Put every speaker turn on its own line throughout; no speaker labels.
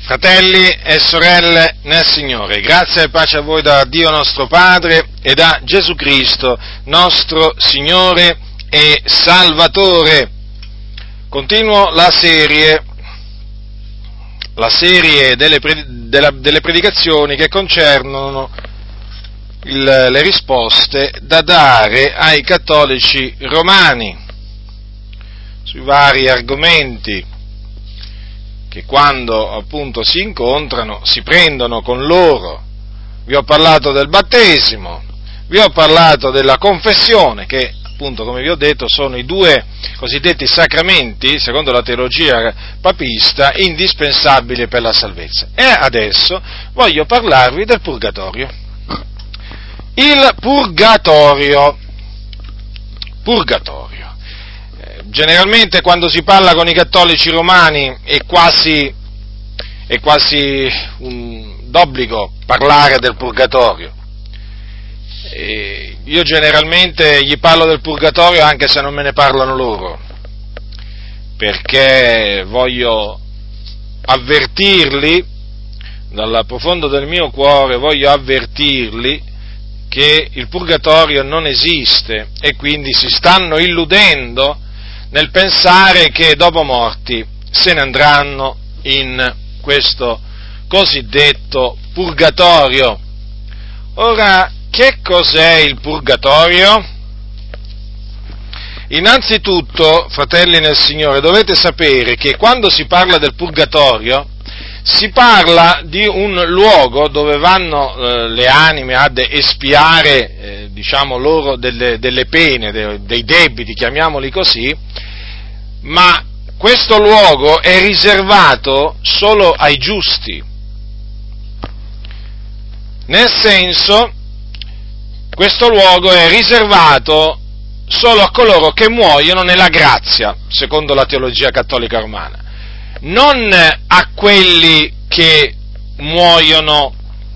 Fratelli e sorelle nel Signore, grazia e pace a voi da Dio nostro Padre e da Gesù Cristo, nostro Signore e Salvatore. Continuo la serie delle predicazioni che concernono le risposte da dare ai cattolici romani sui vari argomenti che quando appunto si incontrano si prendono con loro. Vi ho parlato del battesimo, vi ho parlato della confessione, che appunto, come vi ho detto, sono i due cosiddetti sacramenti, secondo la teologia papista, indispensabili per la salvezza. E adesso voglio parlarvi del purgatorio. Il purgatorio. Generalmente quando si parla con i cattolici romani è quasi d'obbligo parlare del purgatorio. Io generalmente gli parlo del purgatorio anche se non me ne parlano loro, perché voglio avvertirli, dal profondo del mio cuore voglio avvertirli che il purgatorio non esiste e quindi si stanno illudendo nel pensare che dopo morti se ne andranno in questo cosiddetto purgatorio. Ora, che cos'è il purgatorio? Innanzitutto, fratelli nel Signore, dovete sapere che quando si parla del purgatorio si parla di un luogo dove vanno le anime ad espiare, loro delle pene, dei debiti, chiamiamoli così, ma questo luogo è riservato solo ai giusti. Nel senso, questo luogo è riservato solo a coloro che muoiono nella grazia, secondo la teologia cattolica romana, non a quelli che muoiono,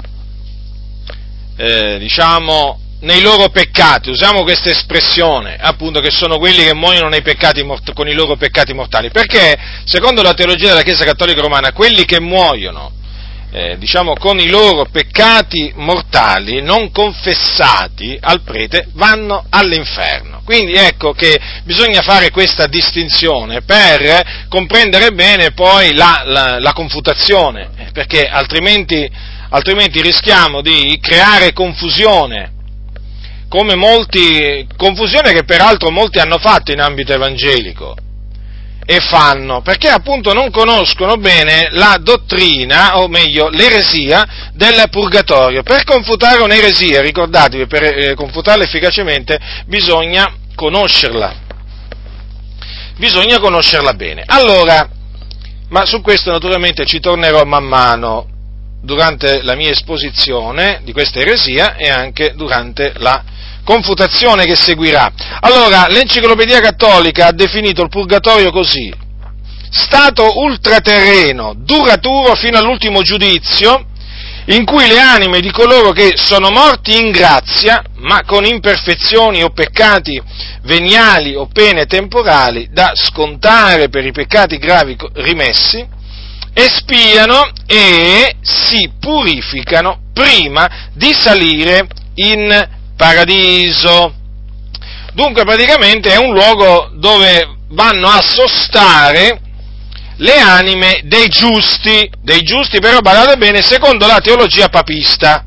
nei loro peccati, usiamo questa espressione, appunto, che sono quelli che muoiono con i loro peccati mortali, perché, secondo la teologia della Chiesa Cattolica Romana, quelli che muoiono, con i loro peccati mortali non confessati al prete vanno all'inferno. Quindi ecco che bisogna fare questa distinzione per comprendere bene poi la confutazione, perché altrimenti rischiamo di creare confusione, confusione che peraltro molti hanno fatto in ambito evangelico. E fanno, perché appunto non conoscono bene la dottrina, o meglio, l'eresia del purgatorio. Per confutare un'eresia, ricordatevi, per confutarla efficacemente, bisogna conoscerla bene. Allora, ma su questo naturalmente ci tornerò man mano durante la mia esposizione di questa eresia e anche durante la confutazione che seguirà. Allora, l'Enciclopedia Cattolica ha definito il purgatorio così: stato ultraterreno, duraturo fino all'ultimo giudizio, in cui le anime di coloro che sono morti in grazia, ma con imperfezioni o peccati veniali o pene temporali da scontare per i peccati gravi rimessi, espiano e si purificano prima di salire in paradiso. Dunque praticamente è un luogo dove vanno a sostare le anime dei giusti però, badate bene, secondo la teologia papista.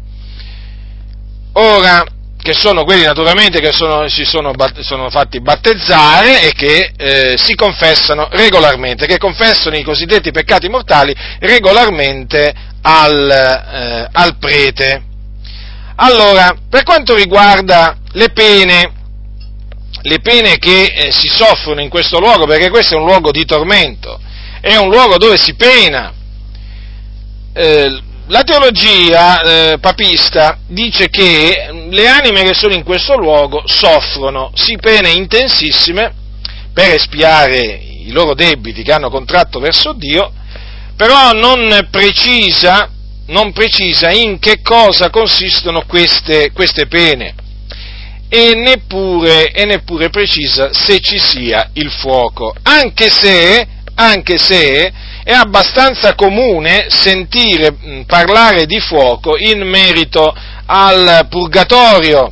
Ora, che sono quelli naturalmente che si sono fatti battezzare e che si confessano regolarmente, che confessano i cosiddetti peccati mortali regolarmente al prete. Allora, per quanto riguarda le pene che si soffrono in questo luogo, perché questo è un luogo di tormento, è un luogo dove si pena, la teologia papista dice che le anime che sono in questo luogo soffrono, sì, pene intensissime per espiare i loro debiti che hanno contratto verso Dio, però non precisa in che cosa consistono queste pene e neppure precisa se ci sia il fuoco, anche se è abbastanza comune sentire parlare di fuoco in merito al purgatorio.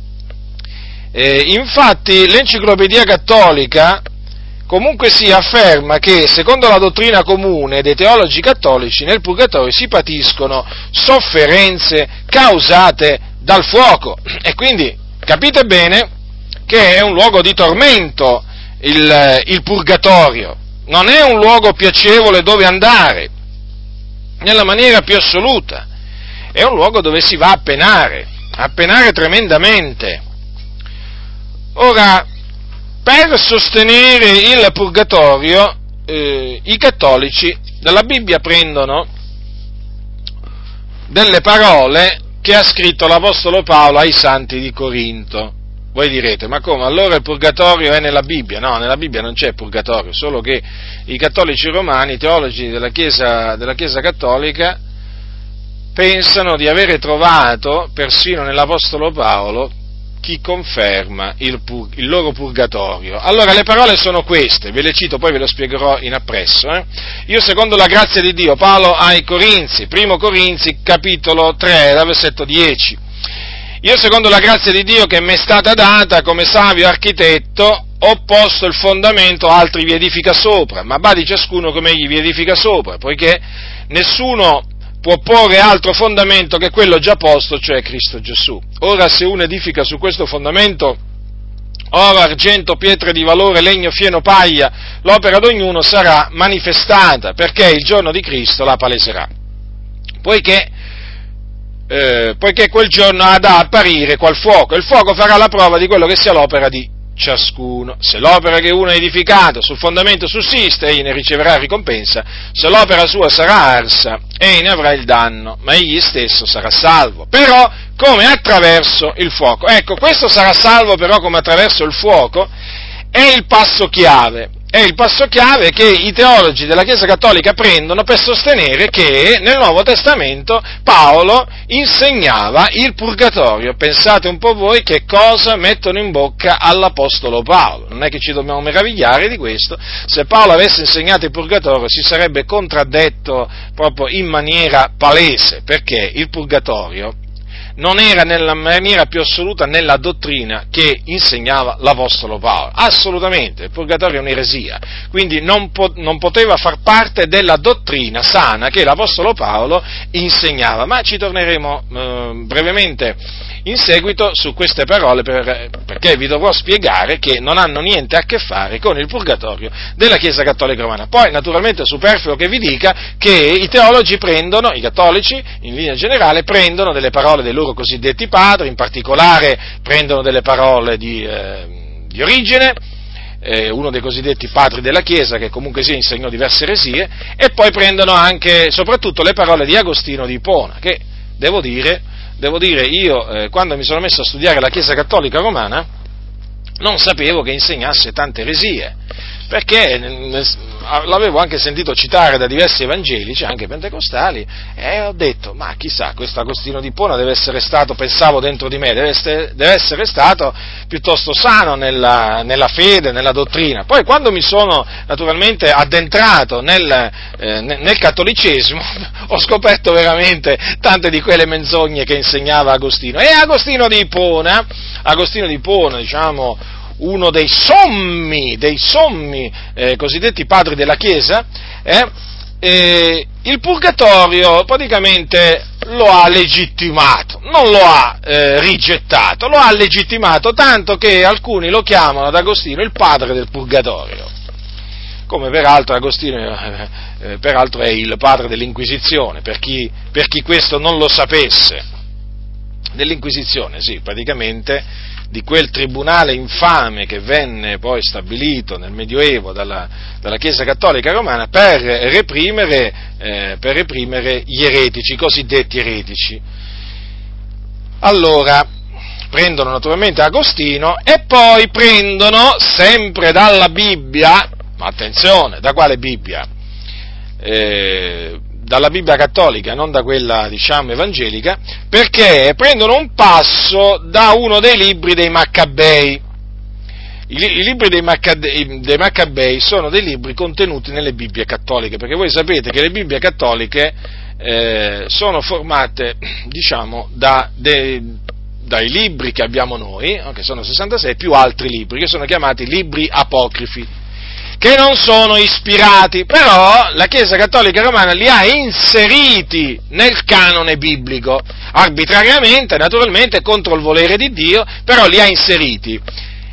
Infatti l'Enciclopedia Cattolica comunque si afferma che, secondo la dottrina comune dei teologi cattolici, nel purgatorio si patiscono sofferenze causate dal fuoco, e quindi capite bene che è un luogo di tormento il purgatorio, non è un luogo piacevole dove andare, nella maniera più assoluta, è un luogo dove si va a penare tremendamente. Ora, per sostenere il purgatorio, i cattolici dalla Bibbia prendono delle parole che ha scritto l'Apostolo Paolo ai santi di Corinto. Voi direte, ma come? Allora il purgatorio è nella Bibbia? No, nella Bibbia non c'è purgatorio, solo che i cattolici romani, i teologi della Chiesa cattolica, pensano di avere trovato, persino nell'Apostolo Paolo, chi conferma il loro purgatorio. Allora le parole sono queste, ve le cito, poi ve lo spiegherò in appresso. Io, secondo la grazia di Dio, Paolo ai Corinzi, 1 Corinzi, capitolo 3, dal versetto 10. Io, secondo la grazia di Dio che mi è stata data, come savio architetto, ho posto il fondamento, altri vi edifica sopra, ma badi ciascuno come egli vi edifica sopra, poiché nessuno può porre altro fondamento che quello già posto, cioè Cristo Gesù. Ora, se uno edifica su questo fondamento oro, argento, pietre di valore, legno, fieno, paglia, l'opera di ognuno sarà manifestata, perché il giorno di Cristo la paleserà, poiché quel giorno ha da apparire qual fuoco, e il fuoco farà la prova di quello che sia l'opera di ciascuno. Se l'opera che uno ha edificato sul fondamento sussiste, egli ne riceverà ricompensa; se l'opera sua sarà arsa, egli ne avrà il danno, ma egli stesso sarà salvo, però come attraverso il fuoco. Ecco, questo sarà salvo però come attraverso il fuoco è il passo chiave che i teologi della Chiesa Cattolica prendono per sostenere che nel Nuovo Testamento Paolo insegnava il purgatorio. Pensate un po' voi che cosa mettono in bocca all'Apostolo Paolo. Non è che ci dobbiamo meravigliare di questo. Se Paolo avesse insegnato il purgatorio si sarebbe contraddetto proprio in maniera palese, perché il purgatorio non era nella maniera più assoluta nella dottrina che insegnava l'Apostolo Paolo. Assolutamente, il purgatorio è un'eresia, quindi non poteva far parte della dottrina sana che l'Apostolo Paolo insegnava, ma ci torneremo brevemente in seguito su queste parole perché vi dovrò spiegare che non hanno niente a che fare con il purgatorio della Chiesa Cattolica Romana. Poi naturalmente è superfluo che vi dica che i teologi prendono, i cattolici in linea generale, prendono delle parole dei loro cosiddetti padri, in particolare prendono delle parole di Origene, uno dei cosiddetti padri della Chiesa, che comunque sia insegnò diverse eresie, e poi prendono anche, soprattutto, le parole di Agostino di Ippona, che devo dire io, quando mi sono messo a studiare la Chiesa Cattolica Romana, non sapevo che insegnasse tante eresie, perché l'avevo anche sentito citare da diversi evangelici, anche pentecostali, e ho detto, ma chissà, questo Agostino di Ippona deve essere stato, pensavo dentro di me, deve essere stato piuttosto sano nella fede, nella dottrina. Poi quando mi sono naturalmente addentrato nel cattolicesimo, ho scoperto veramente tante di quelle menzogne che insegnava Agostino. E Agostino di Ippona, diciamo, uno dei sommi cosiddetti padri della Chiesa, il purgatorio praticamente lo ha legittimato, non lo ha rigettato, lo ha legittimato, tanto che alcuni lo chiamano ad Agostino il padre del purgatorio, come peraltro Agostino peraltro è il padre dell'Inquisizione, per chi questo non lo sapesse, dell'Inquisizione, sì, praticamente di quel tribunale infame che venne poi stabilito nel Medioevo dalla Chiesa Cattolica Romana per reprimere gli eretici, i cosiddetti eretici. Allora, prendono naturalmente Agostino e poi prendono sempre dalla Bibbia, ma attenzione, da quale Bibbia? Dalla Bibbia cattolica, non da quella, diciamo, evangelica, perché prendono un passo da uno dei libri dei Maccabei, i libri dei Maccabei sono dei libri contenuti nelle Bibbie cattoliche, perché voi sapete che le Bibbie cattoliche sono formate, diciamo, dai libri che abbiamo noi, che sono 66, più altri libri, che sono chiamati libri apocrifi, che non sono ispirati, però la Chiesa Cattolica Romana li ha inseriti nel canone biblico, arbitrariamente, naturalmente, contro il volere di Dio, però li ha inseriti.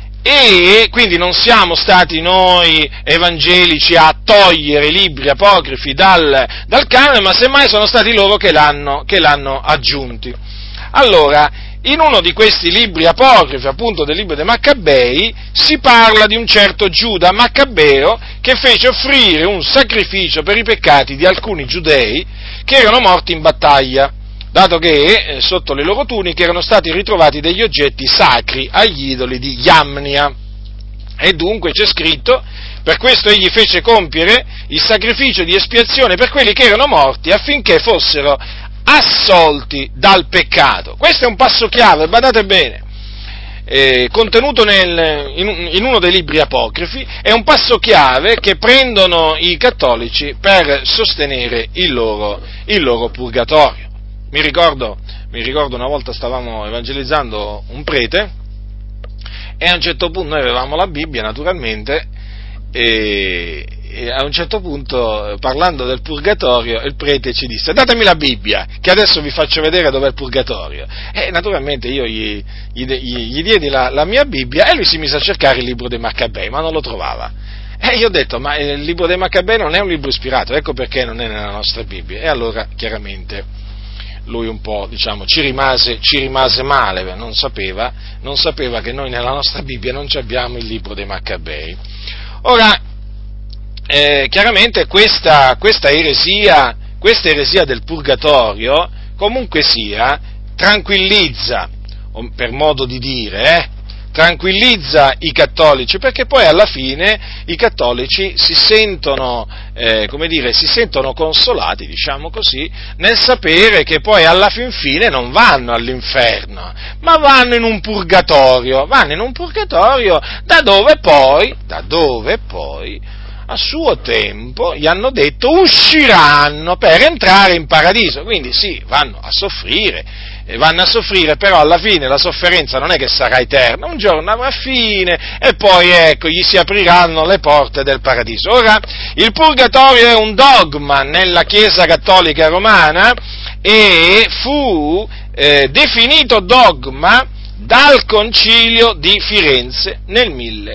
E quindi non siamo stati noi evangelici a togliere i libri apocrifi dal canone, ma semmai sono stati loro che l'hanno aggiunti. Allora, in uno di questi libri apocrifi, appunto del libro dei Maccabei, si parla di un certo Giuda Maccabeo che fece offrire un sacrificio per i peccati di alcuni giudei che erano morti in battaglia, dato che sotto le loro tuniche erano stati ritrovati degli oggetti sacri agli idoli di Iamnia. E dunque c'è scritto: per questo egli fece compiere il sacrificio di espiazione per quelli che erano morti, affinché fossero assolti dal peccato. Questo è un passo chiave, badate bene, contenuto in uno dei libri apocrifi, è un passo chiave che prendono i cattolici per sostenere il loro purgatorio. Mi ricordo una volta stavamo evangelizzando un prete e a un certo punto noi avevamo la Bibbia, naturalmente, e a un certo punto, parlando del purgatorio, il prete ci disse: datemi la Bibbia, che adesso vi faccio vedere dov'è il purgatorio. E naturalmente io gli diedi la mia Bibbia e lui si mise a cercare il libro dei Maccabei, ma non lo trovava. E io ho detto: ma il libro dei Maccabei non è un libro ispirato, ecco perché non è nella nostra Bibbia. E allora, chiaramente, lui un po', diciamo, ci rimase male, non sapeva che noi nella nostra Bibbia non abbiamo il libro dei Maccabei. Ora, chiaramente questa eresia del purgatorio, comunque sia, tranquillizza, per modo di dire, tranquillizza i cattolici, perché poi alla fine i cattolici si sentono consolati, diciamo così, nel sapere che poi alla fin fine non vanno all'inferno, ma vanno in un purgatorio da dove poi a suo tempo gli hanno detto usciranno per entrare in paradiso. Quindi sì, vanno a soffrire, però alla fine la sofferenza non è che sarà eterna, un giorno avrà fine e poi gli si apriranno le porte del paradiso. Ora, il purgatorio è un dogma nella Chiesa Cattolica Romana e fu definito dogma dal Concilio di Firenze nel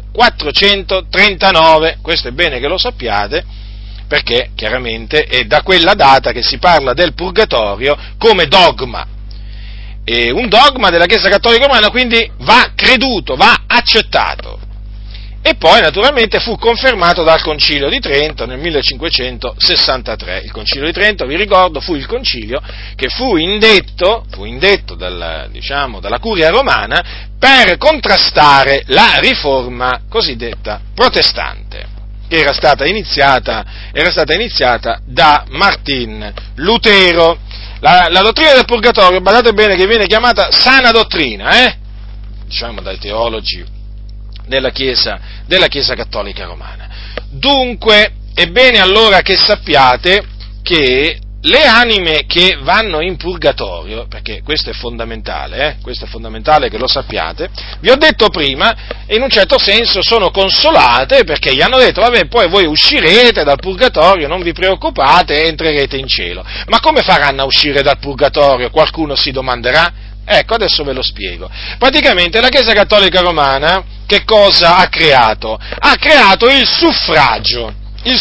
1439, questo è bene che lo sappiate, perché chiaramente è da quella data che si parla del purgatorio come dogma. E un dogma della Chiesa Cattolica Romana quindi va creduto, va accettato. E poi naturalmente fu confermato dal Concilio di Trento nel 1563. Il Concilio di Trento, vi ricordo, fu il concilio che fu indetto dalla Curia romana per contrastare la riforma cosiddetta protestante, che era stata iniziata da Martin Lutero. La dottrina del purgatorio, badate bene, che viene chiamata sana dottrina, diciamo dai teologi della Chiesa Cattolica Romana. Dunque, è bene allora che sappiate che le anime che vanno in purgatorio, perché questo è fondamentale che lo sappiate, vi ho detto prima, in un certo senso sono consolate perché gli hanno detto: vabbè, poi voi uscirete dal purgatorio, non vi preoccupate, entrerete in cielo. Ma come faranno a uscire dal purgatorio? Qualcuno si domanderà? Ecco, adesso ve lo spiego. Praticamente la Chiesa Cattolica Romana che cosa ha creato? Ha creato il suffragio. Il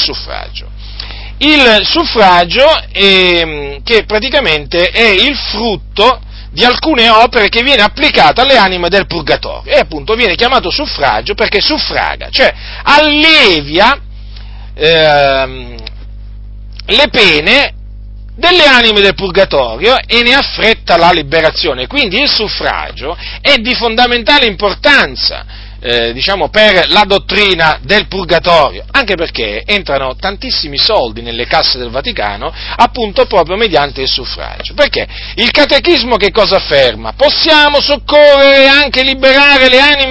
suffragio che praticamente è il frutto di alcune opere che viene applicata alle anime del purgatorio. E appunto viene chiamato suffragio perché suffraga, cioè allevia le pene delle anime del purgatorio e ne affretta la liberazione. Quindi il suffragio è di fondamentale importanza, per la dottrina del purgatorio, anche perché entrano tantissimi soldi nelle casse del Vaticano, appunto proprio mediante il suffragio. Perché il catechismo che cosa afferma? Possiamo soccorrere e anche liberare le anime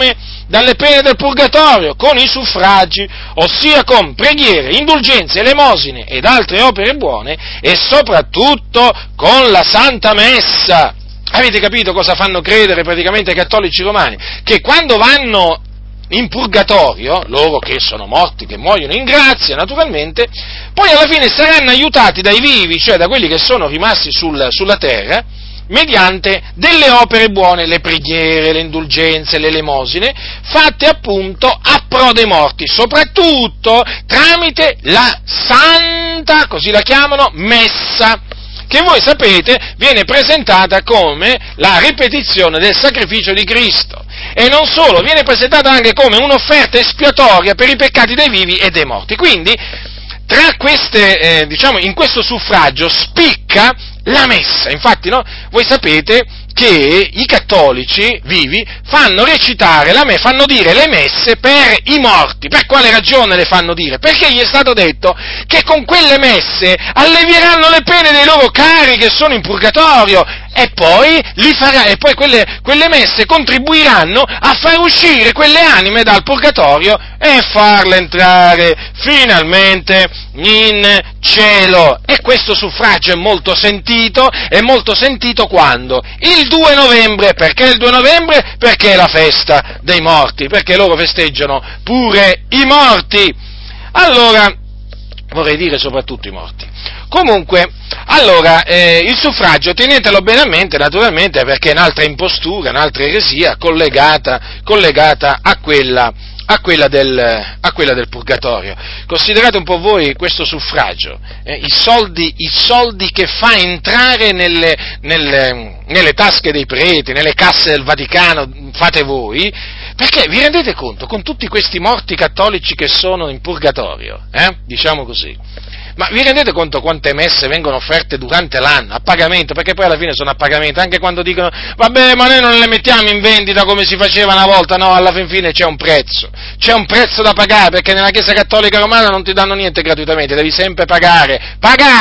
dalle pene del purgatorio con i suffragi, ossia con preghiere, indulgenze, elemosine ed altre opere buone, e soprattutto con la Santa Messa. Avete capito cosa fanno credere praticamente ai cattolici romani? Che quando vanno in purgatorio, loro che sono morti, che muoiono in grazia naturalmente, poi alla fine saranno aiutati dai vivi, cioè da quelli che sono rimasti sulla terra, mediante delle opere buone, le preghiere, le indulgenze, le elemosine, fatte appunto a pro dei morti, soprattutto tramite la Santa, così la chiamano, Messa, che voi sapete viene presentata come la ripetizione del sacrificio di Cristo, e non solo, viene presentata anche come un'offerta espiatoria per i peccati dei vivi e dei morti. Quindi, tra queste, in questo suffragio spicca la Messa. Infatti, no, voi sapete che i cattolici vivi fanno recitare fanno dire le messe per i morti. Per quale ragione le fanno dire? Perché gli è stato detto che con quelle messe allevieranno le pene dei loro cari che sono in purgatorio, e poi quelle messe contribuiranno a far uscire quelle anime dal purgatorio e farle entrare finalmente in cielo. E questo suffragio è molto sentito quando? Il 2 novembre. Perché il 2 novembre? Perché è la festa dei morti, perché loro festeggiano pure i morti. Allora, vorrei dire soprattutto i morti. Comunque, allora, il suffragio, tenetelo bene a mente, naturalmente, perché è un'altra impostura, un'altra eresia collegata a quella del purgatorio. Considerate un po' voi questo suffragio, i soldi che fa entrare nelle tasche dei preti, nelle casse del Vaticano, fate voi, perché vi rendete conto, con tutti questi morti cattolici che sono in purgatorio, diciamo così, ma vi rendete conto quante messe vengono offerte durante l'anno, a pagamento, perché poi alla fine sono a pagamento, anche quando dicono, vabbè, ma noi non le mettiamo in vendita come si faceva una volta, no, alla fin fine c'è un prezzo da pagare, perché nella Chiesa Cattolica Romana non ti danno niente gratuitamente, devi sempre pagare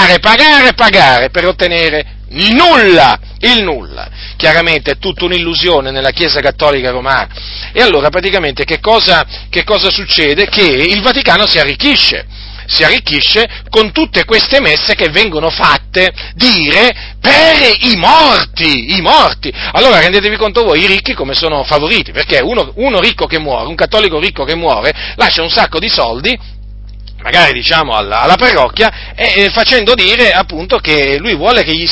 per ottenere il nulla. Chiaramente è tutta un'illusione nella Chiesa Cattolica Romana. E allora praticamente che cosa succede? Che il Vaticano si arricchisce con tutte queste messe che vengono fatte dire per i morti. Allora rendetevi conto voi i ricchi come sono favoriti, perché uno ricco che muore, un cattolico ricco che muore, lascia un sacco di soldi, magari alla parrocchia, facendo dire appunto che lui vuole che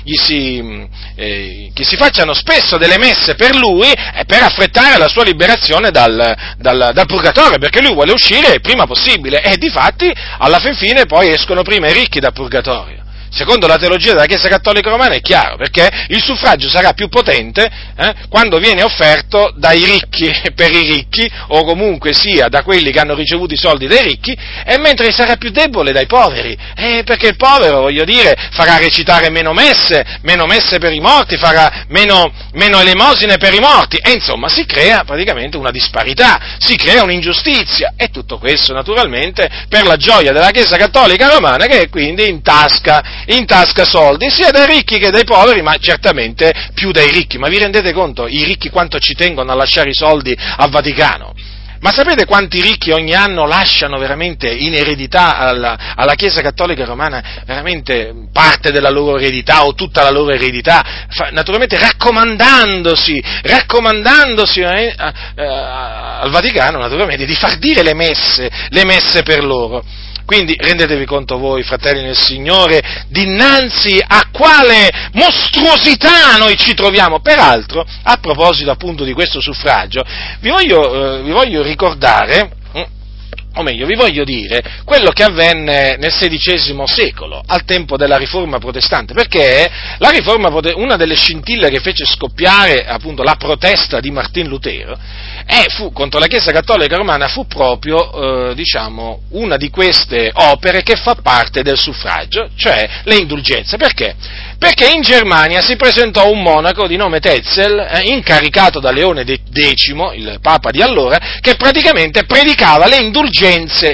che si facciano spesso delle messe per lui e per affrettare la sua liberazione dal purgatorio, perché lui vuole uscire il prima possibile, e difatti alla fin fine poi escono prima i ricchi dal purgatorio. Secondo la teologia della Chiesa Cattolica Romana è chiaro, perché il suffragio sarà più potente quando viene offerto dai ricchi per i ricchi, o comunque sia da quelli che hanno ricevuto i soldi dai ricchi, e mentre sarà più debole dai poveri, perché il povero, voglio dire, farà recitare meno messe per i morti, farà meno elemosine per i morti, e insomma si crea praticamente una disparità, si crea un'ingiustizia, e tutto questo naturalmente per la gioia della Chiesa Cattolica Romana, che quindi intasca soldi sia dai ricchi che dai poveri, ma certamente più dai ricchi. Ma vi rendete conto i ricchi quanto ci tengono a lasciare i soldi al Vaticano? Ma sapete quanti ricchi ogni anno lasciano veramente in eredità alla Chiesa Cattolica Romana veramente parte della loro eredità o tutta la loro eredità, naturalmente raccomandandosi al Vaticano naturalmente di far dire le messe per loro. Quindi rendetevi conto voi, fratelli nel Signore, dinanzi a quale mostruosità noi ci troviamo. Peraltro, a proposito appunto di questo suffragio, vi voglio ricordare, o meglio, vi voglio dire quello che avvenne nel XVI secolo, al tempo della Riforma Protestante, perché una delle scintille che fece scoppiare appunto la protesta di Martin Lutero fu contro la Chiesa Cattolica Romana, fu proprio una di queste opere che fa parte del suffragio, cioè le indulgenze. Perché? Perché in Germania si presentò un monaco di nome Tetzel, incaricato da Leone X, il Papa di allora, che praticamente predicava le indulgenze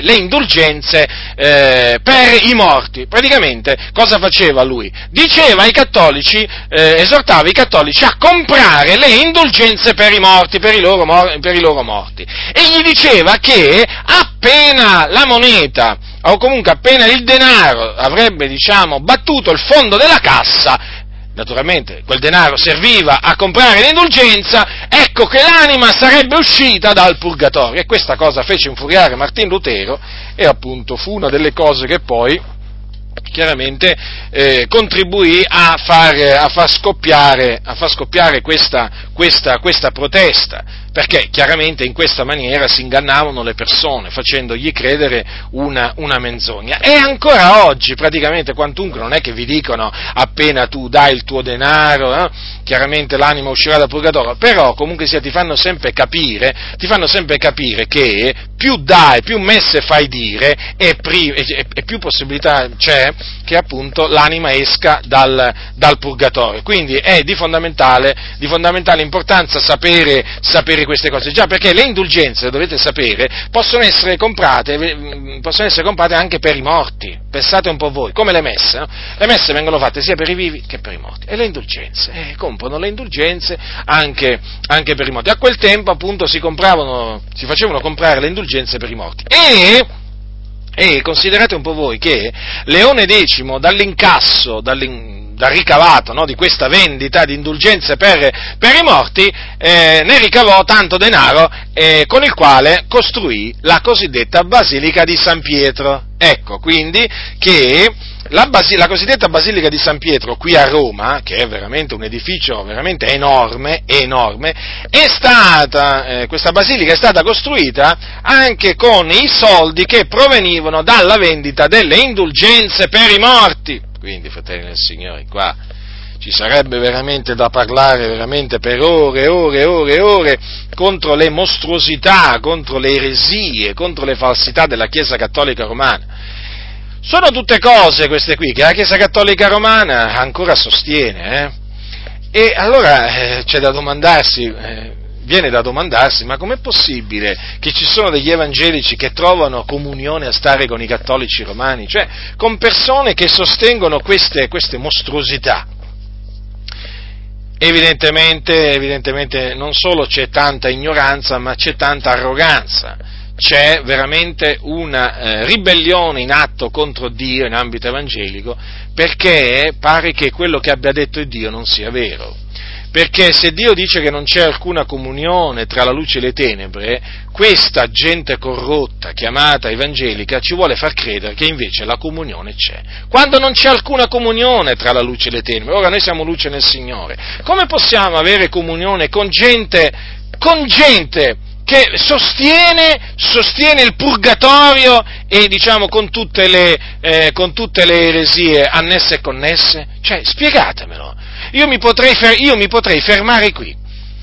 per i morti. Praticamente cosa faceva lui? Diceva ai cattolici, esortava i cattolici a comprare le indulgenze per i morti, per i loro morti, e gli diceva che appena la moneta, o comunque appena il denaro avrebbe, battuto il fondo della cassa, naturalmente quel denaro serviva a comprare l'indulgenza, ecco che l'anima sarebbe uscita dal purgatorio. E questa cosa fece infuriare Martin Lutero, e appunto fu una delle cose che poi chiaramente contribuì a far scoppiare questa protesta, perché chiaramente in questa maniera si ingannavano le persone, facendogli credere una menzogna. E ancora oggi praticamente quantunque non è che vi dicono appena tu dai il tuo denaro, chiaramente l'anima uscirà dal purgatorio, però comunque sia ti fanno sempre capire che più dai, più messe fai dire, e più possibilità c'è che appunto l'anima esca dal purgatorio. Quindi è di fondamentale importanza sapere queste cose, già perché le indulgenze, dovete sapere, possono essere comprate anche per i morti. Pensate un po' voi, come le messe, no? Le messe vengono fatte sia per i vivi che per i morti, e le indulgenze, comprano le indulgenze anche per i morti. A quel tempo appunto si facevano comprare le indulgenze per i morti, e considerate un po' voi che Leone X, dal ricavato, no, di questa vendita di indulgenze per i morti, ne ricavò tanto denaro, con il quale costruì la cosiddetta Basilica di San Pietro. Ecco quindi che la cosiddetta Basilica di San Pietro qui a Roma, che è veramente un edificio veramente enorme, questa basilica è stata costruita anche con i soldi che provenivano dalla vendita delle indulgenze per i morti. Quindi, fratelli del Signore, qua ci sarebbe veramente da parlare veramente per ore contro le mostruosità, contro le eresie, contro le falsità della Chiesa Cattolica Romana. Sono tutte cose queste qui che la Chiesa Cattolica Romana ancora sostiene, E allora c'è da domandarsi, viene da domandarsi, ma com'è possibile che ci sono degli evangelici che trovano comunione a stare con i cattolici romani, cioè con persone che sostengono queste mostruosità? Evidentemente non solo c'è tanta ignoranza, ma c'è tanta arroganza. C'è veramente una ribellione in atto contro Dio in ambito evangelico, perché pare che quello che abbia detto Dio non sia vero. Perché se Dio dice che non c'è alcuna comunione tra la luce e le tenebre, questa gente corrotta, chiamata evangelica, ci vuole far credere che invece la comunione c'è, quando non c'è alcuna comunione tra la luce e le tenebre. Ora noi siamo luce nel Signore, come possiamo avere comunione con gente che sostiene il purgatorio e con tutte le eresie annesse e connesse? Cioè, spiegatemelo. Io mi potrei fermare qui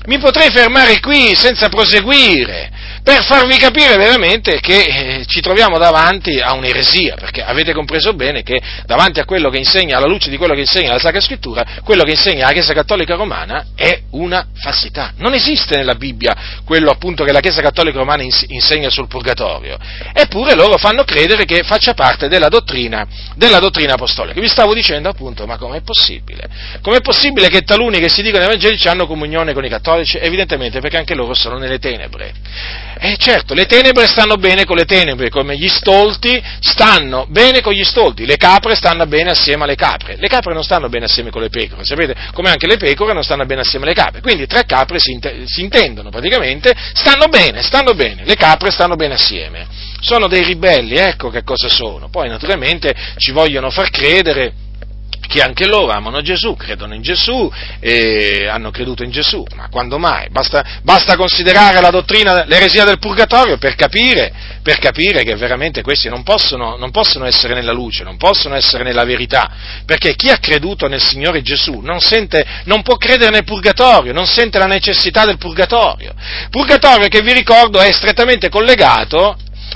senza proseguire, per farvi capire veramente che ci troviamo davanti a un'eresia, perché avete compreso bene che davanti a quello che insegna, alla luce di quello che insegna la Sacra Scrittura, quello che insegna la Chiesa Cattolica Romana è una falsità. Non esiste nella Bibbia quello appunto che la Chiesa Cattolica Romana insegna sul purgatorio, eppure loro fanno credere che faccia parte della dottrina apostolica. Vi stavo dicendo appunto, ma com'è possibile? Com'è possibile che taluni che si dicono evangelici hanno comunione con i cattolici? Evidentemente perché anche loro sono nelle tenebre. Certo, le tenebre stanno bene con le tenebre, come gli stolti stanno bene con gli stolti, le capre stanno bene assieme alle capre, le capre non stanno bene assieme con le pecore, sapete? Come anche le pecore non stanno bene assieme alle capre, quindi tre capre si intendono praticamente, stanno bene, le capre stanno bene assieme, sono dei ribelli, ecco che cosa sono. Poi naturalmente ci vogliono far credere che anche loro amano Gesù, credono in Gesù e hanno creduto in Gesù, ma quando mai? Basta considerare la dottrina, l'eresia del purgatorio per capire che veramente questi non possono essere nella luce, non possono essere nella verità, perché chi ha creduto nel Signore Gesù non può credere nel purgatorio, non sente la necessità del purgatorio che vi ricordo è strettamente collegato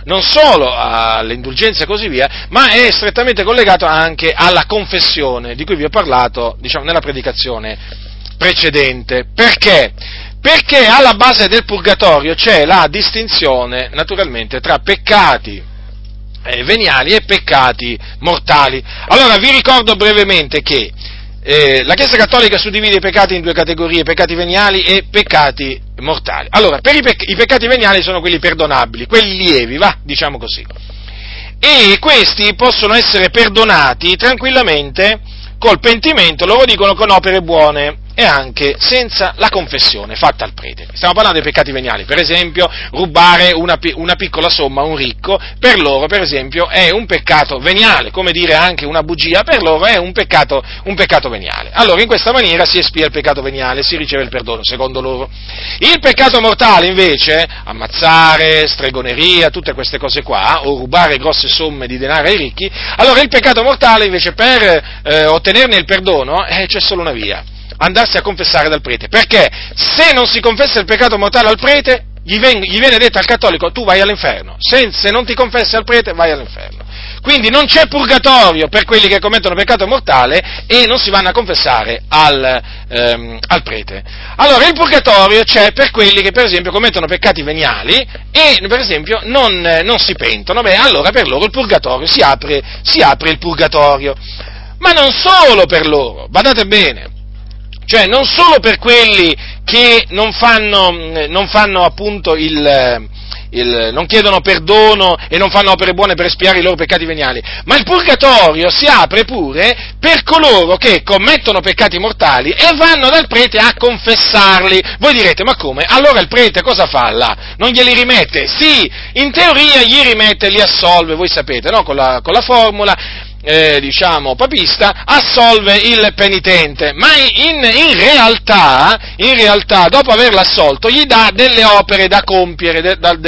non solo alle indulgenze e così via, ma è strettamente collegato anche alla confessione, di cui vi ho parlato, nella predicazione precedente. Perché? Perché alla base del purgatorio c'è la distinzione, naturalmente, tra peccati veniali e peccati mortali. Allora, vi ricordo brevemente che la Chiesa Cattolica suddivide i peccati in due categorie, peccati veniali e peccati mortali. Allora, per i peccati veniali sono quelli perdonabili, quelli lievi, diciamo così. E questi possono essere perdonati tranquillamente col pentimento, loro dicono con opere buone e anche senza la confessione fatta al prete. Stiamo parlando dei peccati veniali, per esempio rubare una piccola somma a un ricco, per loro per esempio è un peccato veniale, come dire anche una bugia, per loro è un peccato veniale. Allora in questa maniera si espia il peccato veniale, si riceve il perdono, secondo loro. Il peccato mortale invece, ammazzare, stregoneria, tutte queste cose qua, o rubare grosse somme di denaro ai ricchi, allora il peccato mortale invece per ottenerne il perdono c'è solo una via: andarsi a confessare dal prete. Perché se non si confessa il peccato mortale al prete, gli viene detto al cattolico: tu vai all'inferno. Se non ti confessi al prete, vai all'inferno. Quindi non c'è purgatorio per quelli che commettono peccato mortale e non si vanno a confessare al prete. Allora il purgatorio c'è per quelli che per esempio commettono peccati veniali e per esempio non si pentono. Allora per loro il purgatorio si apre il purgatorio. Ma non solo per loro, badate bene. Cioè, non solo per quelli che non fanno appunto non chiedono perdono e non fanno opere buone per espiare i loro peccati veniali, ma il purgatorio si apre pure per coloro che commettono peccati mortali e vanno dal prete a confessarli. Voi direte: ma come? Allora il prete cosa fa là? Non glieli rimette? Sì, in teoria gli rimette, li assolve, voi sapete, no? Con la formula papista, assolve il penitente, ma in realtà, dopo averlo assolto, gli dà delle opere da compiere,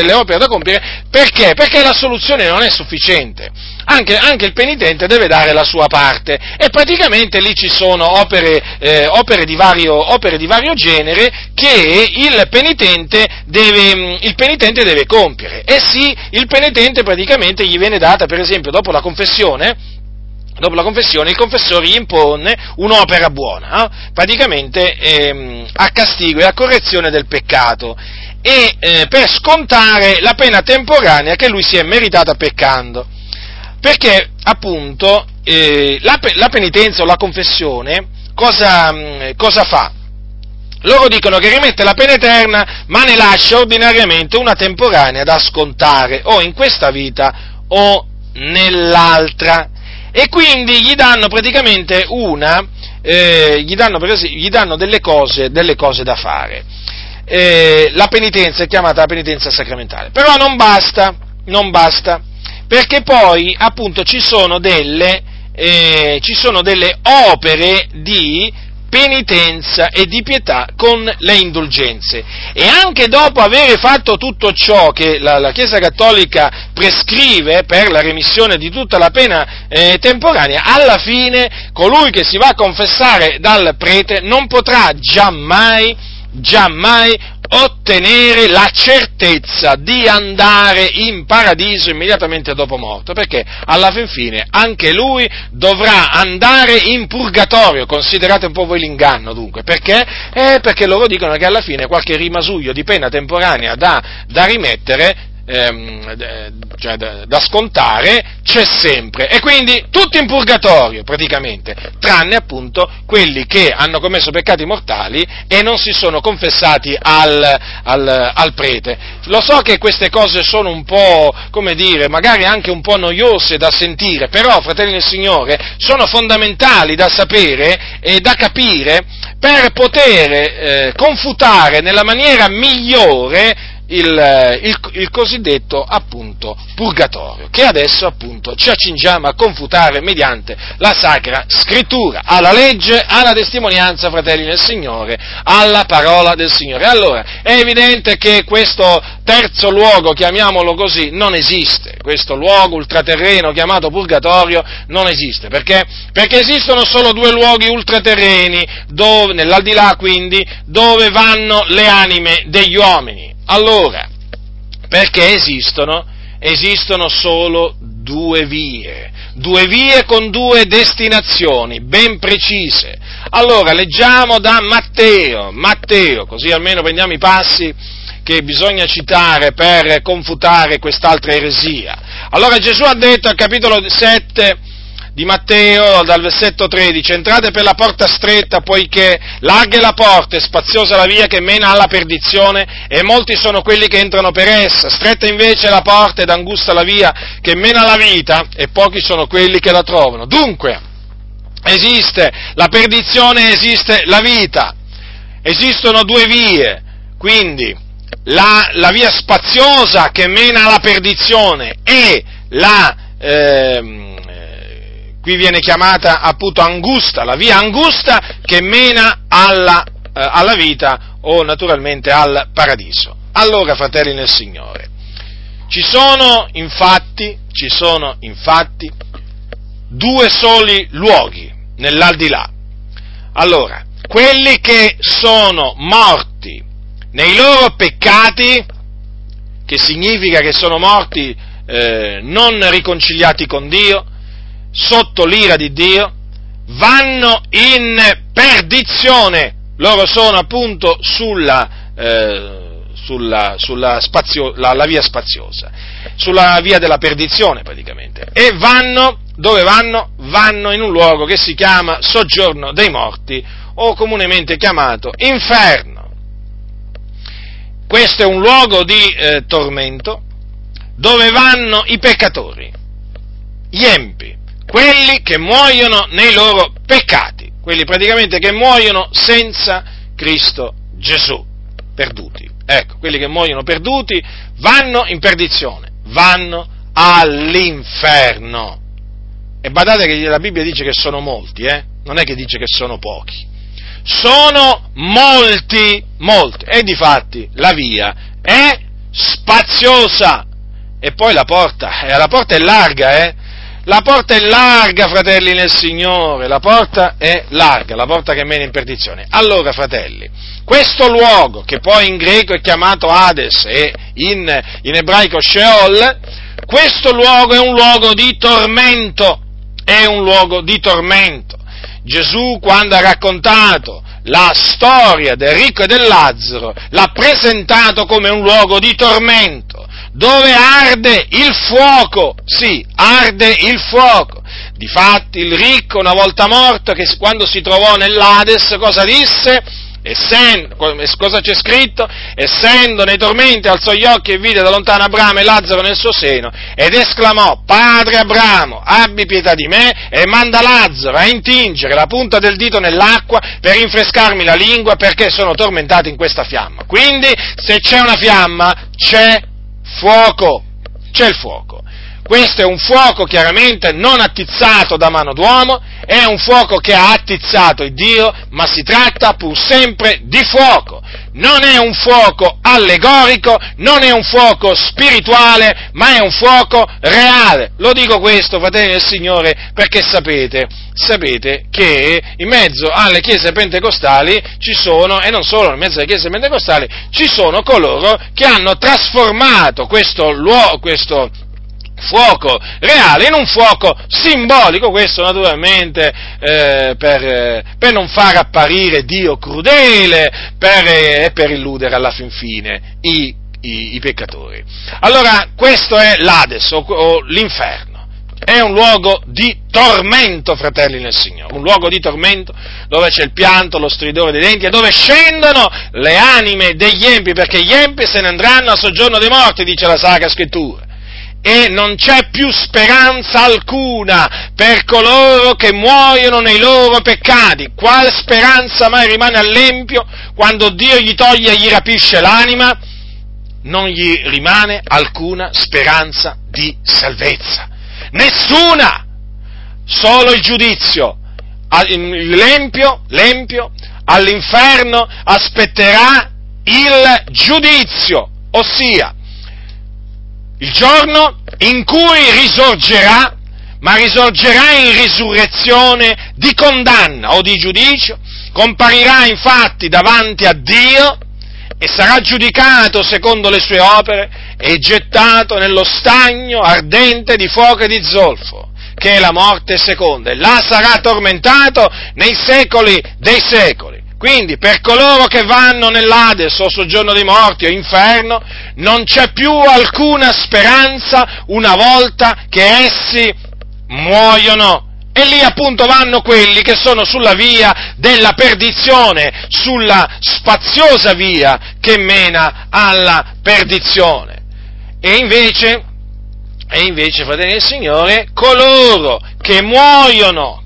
perché? Perché la soluzione non è sufficiente. Anche il penitente deve dare la sua parte, e praticamente lì ci sono opere di vario genere che il penitente deve compiere. E sì, il penitente praticamente gli viene data, per esempio, dopo la confessione, il confessore gli impone un'opera buona, praticamente a castigo e a correzione del peccato, e per scontare la pena temporanea che lui si è meritata peccando. Perché appunto la penitenza o la confessione cosa fa? Loro dicono che rimette la pena eterna, ma ne lascia ordinariamente una temporanea da scontare, o in questa vita o nell'altra. E quindi gli danno praticamente gli danno delle cose da fare. La penitenza è chiamata la penitenza sacramentale, però non basta, perché poi appunto ci sono delle opere di penitenza e di pietà con le indulgenze, e anche dopo aver fatto tutto ciò che la Chiesa Cattolica prescrive per la remissione di tutta la pena temporanea, alla fine colui che si va a confessare dal prete non potrà giammai ottenere la certezza di andare in paradiso immediatamente dopo morto, perché alla fin fine anche lui dovrà andare in purgatorio. Considerate un po' voi l'inganno, dunque, perché? Perché loro dicono che alla fine qualche rimasuglio di pena temporanea da rimettere, cioè da scontare, c'è sempre, e quindi tutti in purgatorio praticamente, tranne appunto quelli che hanno commesso peccati mortali e non si sono confessati al prete. Lo so che queste cose sono un po', come dire, magari anche un po' noiose da sentire, però, fratelli del Signore, sono fondamentali da sapere e da capire per poter confutare nella maniera migliore il cosiddetto appunto purgatorio, che adesso appunto ci accingiamo a confutare mediante la Sacra Scrittura, alla legge, alla testimonianza, fratelli del Signore, alla parola del Signore. Allora, è evidente che questo terzo luogo, chiamiamolo così, non esiste. Questo luogo ultraterreno chiamato purgatorio non esiste, perché esistono solo due luoghi ultraterreni, nell'aldilà quindi, dove vanno le anime degli uomini. Allora, perché esistono esistono solo due vie con due destinazioni ben precise. Allora, leggiamo da Matteo, così almeno prendiamo i passi che bisogna citare per confutare quest'altra eresia. Allora Gesù ha detto al capitolo 7 di Matteo, dal versetto 13, entrate per la porta stretta, poiché larga è la porta e spaziosa la via che mena alla perdizione, e molti sono quelli che entrano per essa. Stretta invece è la porta ed angusta la via che mena alla vita, e pochi sono quelli che la trovano. Dunque, esiste la perdizione, esiste la vita. Esistono due vie, quindi la via spaziosa che mena alla perdizione e qui viene chiamata appunto angusta, la via angusta che mena alla vita o naturalmente al paradiso. Allora, fratelli nel Signore, ci sono infatti due soli luoghi nell'aldilà. Allora, quelli che sono morti nei loro peccati, che significa che sono morti non riconciliati con Dio, sotto l'ira di Dio, vanno in perdizione. Loro sono appunto sulla via spaziosa, sulla via della perdizione praticamente, e dove vanno? Vanno in un luogo che si chiama soggiorno dei morti, o comunemente chiamato inferno. Questo è un luogo di tormento, dove vanno i peccatori, gli empi, quelli che muoiono nei loro peccati, quelli praticamente che muoiono senza Cristo Gesù, perduti. Ecco, quelli che muoiono perduti vanno in perdizione, vanno all'inferno. E badate che la Bibbia dice che sono molti, non è che dice che sono pochi. Sono molti, e difatti la via è spaziosa, e poi la porta è larga, La porta è larga, fratelli nel Signore, la porta è larga, la porta che mena in perdizione. Allora, fratelli, questo luogo, che poi in greco è chiamato Hades e in ebraico Sheol, questo luogo è un luogo di tormento, Gesù, quando ha raccontato la storia del ricco e del Lazzaro, l'ha presentato come un luogo di tormento, dove arde il fuoco, sì, arde il fuoco. Difatti il ricco, una volta morto, che quando si trovò nell'Hades, cosa disse? Cosa c'è scritto? Essendo nei tormenti alzò gli occhi e vide da lontano Abramo e Lazzaro nel suo seno, ed esclamò: Padre Abramo, abbi pietà di me e manda Lazzaro a intingere la punta del dito nell'acqua per rinfrescarmi la lingua, perché sono tormentato in questa fiamma. Quindi, se c'è una fiamma, c'è il fuoco. Questo è un fuoco chiaramente non attizzato da mano d'uomo, è un fuoco che ha attizzato il Dio, ma si tratta pur sempre di fuoco. Non è un fuoco allegorico, non è un fuoco spirituale, ma è un fuoco reale. Lo dico questo, fratelli del Signore, perché sapete che in mezzo alle chiese pentecostali ci sono, e non solo in mezzo alle chiese pentecostali, ci sono coloro che hanno trasformato questo fuoco reale in un fuoco simbolico, questo naturalmente per non far apparire Dio crudele e per illudere alla fin fine i peccatori. Allora, questo è l'Hades o l'inferno. È un luogo di tormento, fratelli nel Signore, un luogo di tormento dove c'è il pianto, lo stridore dei denti, e dove scendono le anime degli empi, perché gli empi se ne andranno a soggiorno dei morti, dice la Sacra Scrittura. E non c'è più speranza alcuna per coloro che muoiono nei loro peccati. Quale speranza mai rimane all'empio quando Dio gli toglie e gli rapisce l'anima? Non gli rimane alcuna speranza di salvezza. Nessuna! Solo il giudizio. L'empio all'inferno aspetterà il giudizio, ossia il giorno in cui risorgerà, ma risorgerà in risurrezione di condanna o di giudizio, comparirà infatti davanti a Dio e sarà giudicato secondo le sue opere e gettato nello stagno ardente di fuoco e di zolfo, che è la morte seconda, e là sarà tormentato nei secoli dei secoli. Quindi per coloro che vanno nell'Ades o soggiorno dei morti o inferno non c'è più alcuna speranza una volta che essi muoiono. E lì appunto vanno quelli che sono sulla via della perdizione, sulla spaziosa via che mena alla perdizione. E invece, fratelli del Signore, coloro che muoiono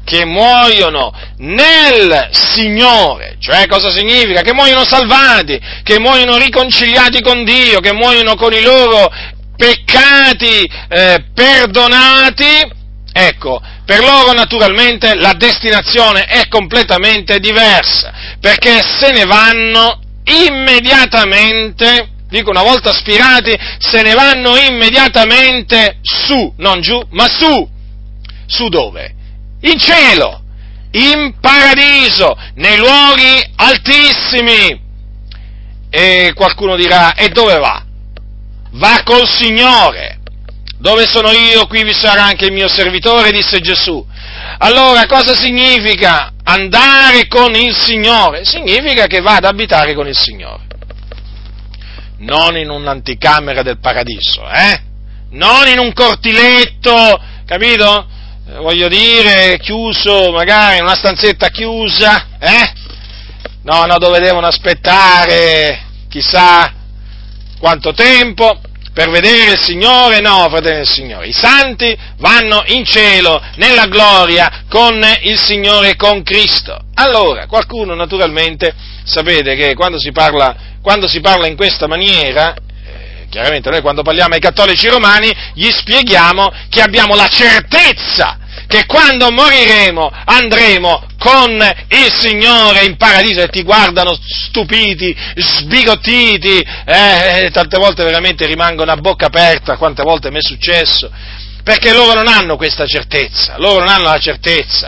nel Signore, cioè cosa significa? Che muoiono salvati, che muoiono riconciliati con Dio, che muoiono con i loro peccati perdonati, ecco, per loro naturalmente la destinazione è completamente diversa, perché se ne vanno immediatamente, dico una volta spirati, se ne vanno immediatamente su, non giù, ma su. Su dove? In cielo, in paradiso, nei luoghi altissimi. E qualcuno dirà, e dove va? Va col Signore. Dove sono io, qui vi sarà anche il mio servitore, disse Gesù. Allora, cosa significa andare con il Signore? Significa che va ad abitare con il Signore. Non in un'anticamera del paradiso, Non in un cortiletto, capito? Voglio dire, chiuso, magari in una stanzetta chiusa, No, dove devono aspettare chissà quanto tempo per vedere il Signore. No, fratelli del Signore, i santi vanno in cielo, nella gloria, con il Signore, con Cristo. Allora, qualcuno naturalmente, sapete che quando si parla in questa maniera, chiaramente noi quando parliamo ai cattolici romani, gli spieghiamo che abbiamo la certezza che quando moriremo andremo con il Signore in paradiso, e ti guardano stupiti, sbigottiti, tante volte veramente rimangono a bocca aperta, quante volte mi è successo, perché loro non hanno questa certezza, loro hanno la certezza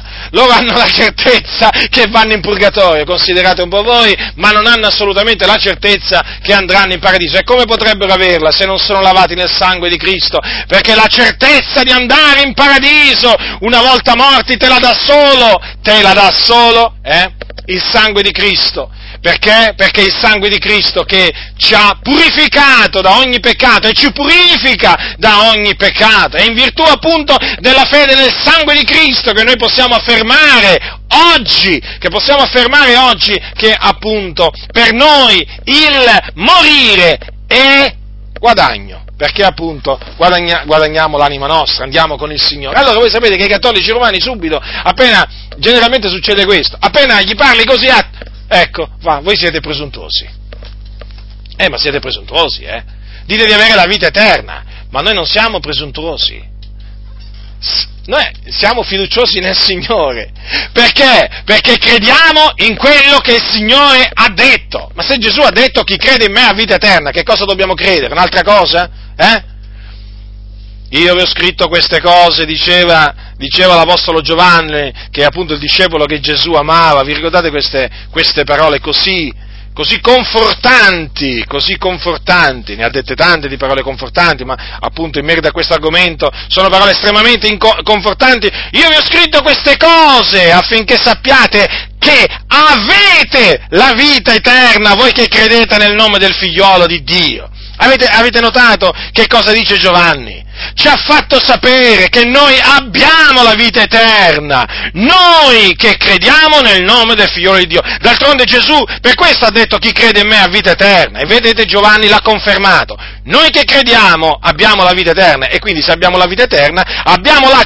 che vanno in purgatorio, considerate un po' voi, ma non hanno assolutamente la certezza che andranno in paradiso. E come potrebbero averla se non sono lavati nel sangue di Cristo? Perché la certezza di andare in paradiso, una volta morti, te la dà solo, il sangue di Cristo. Perché? Perché il sangue di Cristo che ci ha purificato da ogni peccato e ci purifica da ogni peccato. È in virtù appunto della fede nel sangue di Cristo che noi possiamo affermare oggi che appunto per noi il morire è guadagno. Perché appunto guadagniamo l'anima nostra, andiamo con il Signore. Allora voi sapete che i cattolici romani subito, generalmente succede questo, appena gli parli così, ecco, voi siete presuntuosi. Ma siete presuntuosi, Dite di avere la vita eterna, ma noi non siamo presuntuosi. Noi siamo fiduciosi nel Signore. Perché? Perché crediamo in quello che il Signore ha detto. Ma se Gesù ha detto chi crede in me ha vita eterna, che cosa dobbiamo credere? Un'altra cosa? Io vi ho scritto queste cose, diceva l'Apostolo Giovanni, che è appunto il discepolo che Gesù amava. Vi ricordate queste parole così confortanti, ne ha dette tante di parole confortanti, ma appunto in merito a questo argomento sono parole estremamente confortanti. Io vi ho scritto queste cose affinché sappiate che avete la vita eterna, voi che credete nel nome del Figliolo di Dio. Avete notato che cosa dice Giovanni? Ci ha fatto sapere che noi abbiamo la vita eterna, noi che crediamo nel nome del Figliolo di Dio. D'altronde Gesù per questo ha detto chi crede in me ha vita eterna, e vedete Giovanni l'ha confermato. Noi che crediamo abbiamo la vita eterna, e quindi se abbiamo la vita eterna abbiamo la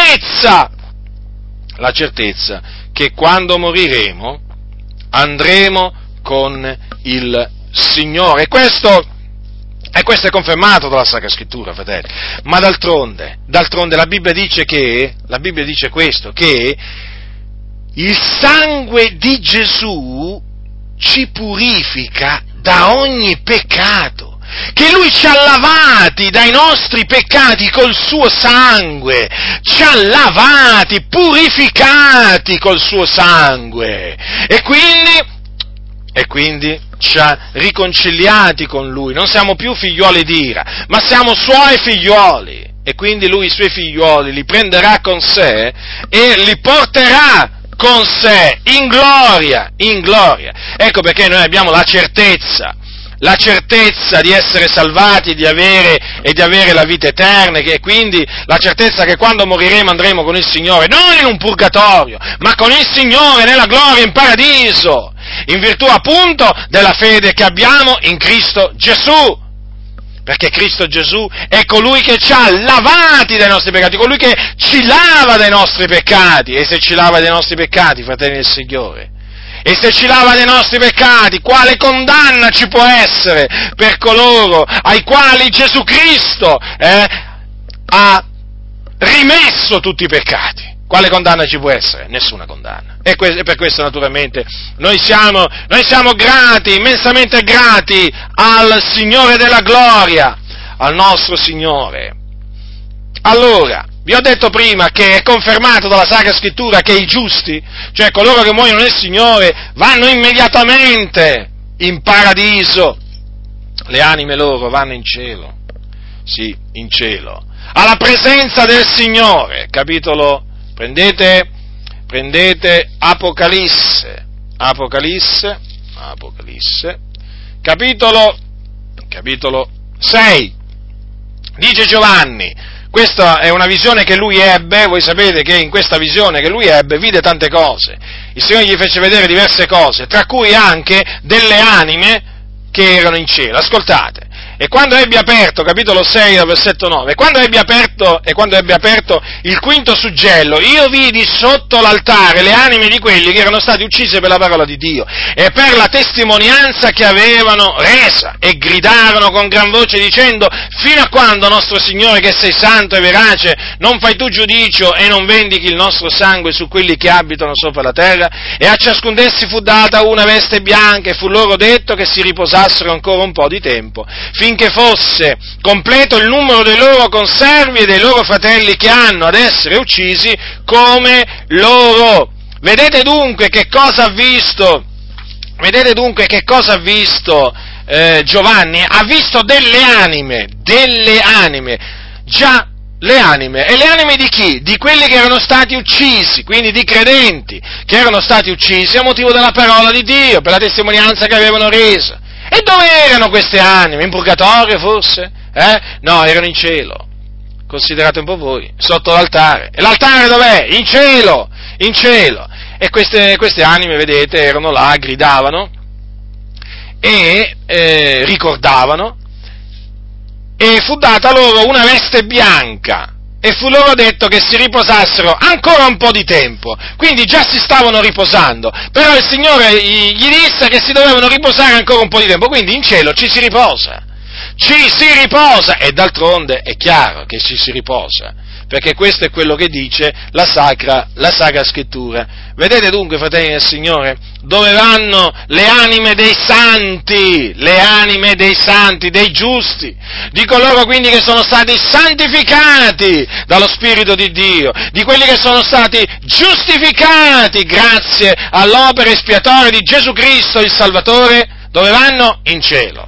certezza che quando moriremo andremo con il Signore. E questo è confermato dalla Sacra Scrittura, fratelli. Ma d'altronde la Bibbia dice questo, che il sangue di Gesù ci purifica da ogni peccato, che Lui ci ha lavati dai nostri peccati col suo sangue, ci ha lavati, purificati col suo sangue, e e quindi ci ha riconciliati con Lui. Non siamo più figlioli di ira, ma siamo Suoi figlioli, e quindi Lui i Suoi figlioli li prenderà con sé e li porterà con sé in gloria, in gloria. Ecco perché noi abbiamo la certezza di essere salvati e di avere la vita eterna, e quindi la certezza che quando moriremo andremo con il Signore, non in un purgatorio, ma con il Signore nella gloria in paradiso, in virtù appunto della fede che abbiamo in Cristo Gesù. Perché Cristo Gesù è colui che ci ha lavati dai nostri peccati, colui che ci lava dai nostri peccati. E se ci lava dai nostri peccati, fratelli del Signore, e se ci lava dei nostri peccati, quale condanna ci può essere per coloro ai quali Gesù Cristo ha rimesso tutti i peccati? Quale condanna ci può essere? Nessuna condanna. E per questo naturalmente noi siamo grati, immensamente grati al Signore della gloria, al nostro Signore. Allora, vi ho detto prima che è confermato dalla Sacra Scrittura che i giusti, cioè coloro che muoiono nel Signore, vanno immediatamente in paradiso. Le anime loro vanno in cielo. Sì, in cielo. Alla presenza del Signore. Capitolo, prendete Apocalisse, capitolo 6. Dice Giovanni, questa è una visione che lui ebbe, voi sapete che in questa visione che lui ebbe vide tante cose, il Signore gli fece vedere diverse cose, tra cui anche delle anime che erano in cielo. Ascoltate, e quando ebbe aperto, capitolo 6, versetto 9, quando ebbe aperto il quinto suggello, io vidi sotto l'altare le anime di quelli che erano stati uccisi per la parola di Dio e per la testimonianza che avevano resa, e gridarono con gran voce dicendo: fino a quando, nostro Signore, che sei santo e verace, non fai tu giudicio e non vendichi il nostro sangue su quelli che abitano sopra la terra? E a ciascun d'essi fu data una veste bianca, e fu loro detto che si riposassero ancora un po' di tempo, finché fosse completo il numero dei loro conservi e dei loro fratelli che hanno ad essere uccisi come loro. Vedete dunque che cosa ha visto Giovanni? Ha visto delle anime, già le anime, e le anime di chi? Di quelli che erano stati uccisi, quindi di credenti, che erano stati uccisi a motivo della parola di Dio, per la testimonianza che avevano resa. E dove erano queste anime? In purgatorio forse? No, erano in cielo. Considerate un po' voi, sotto l'altare. E l'altare dov'è? In cielo! E queste anime, vedete, erano là, gridavano e ricordavano, e fu data loro una veste bianca, e fu loro detto che si riposassero ancora un po' di tempo. Quindi già si stavano riposando, però il Signore gli disse che si dovevano riposare ancora un po' di tempo, quindi in cielo ci si riposa, e d'altronde è chiaro che ci si riposa, perché questo è quello che dice la Sacra Scrittura. Vedete dunque, fratelli del Signore, dove vanno le anime dei santi, dei giusti, di coloro quindi che sono stati santificati dallo Spirito di Dio, di quelli che sono stati giustificati grazie all'opera espiatoria di Gesù Cristo, il Salvatore. Dove vanno? In cielo.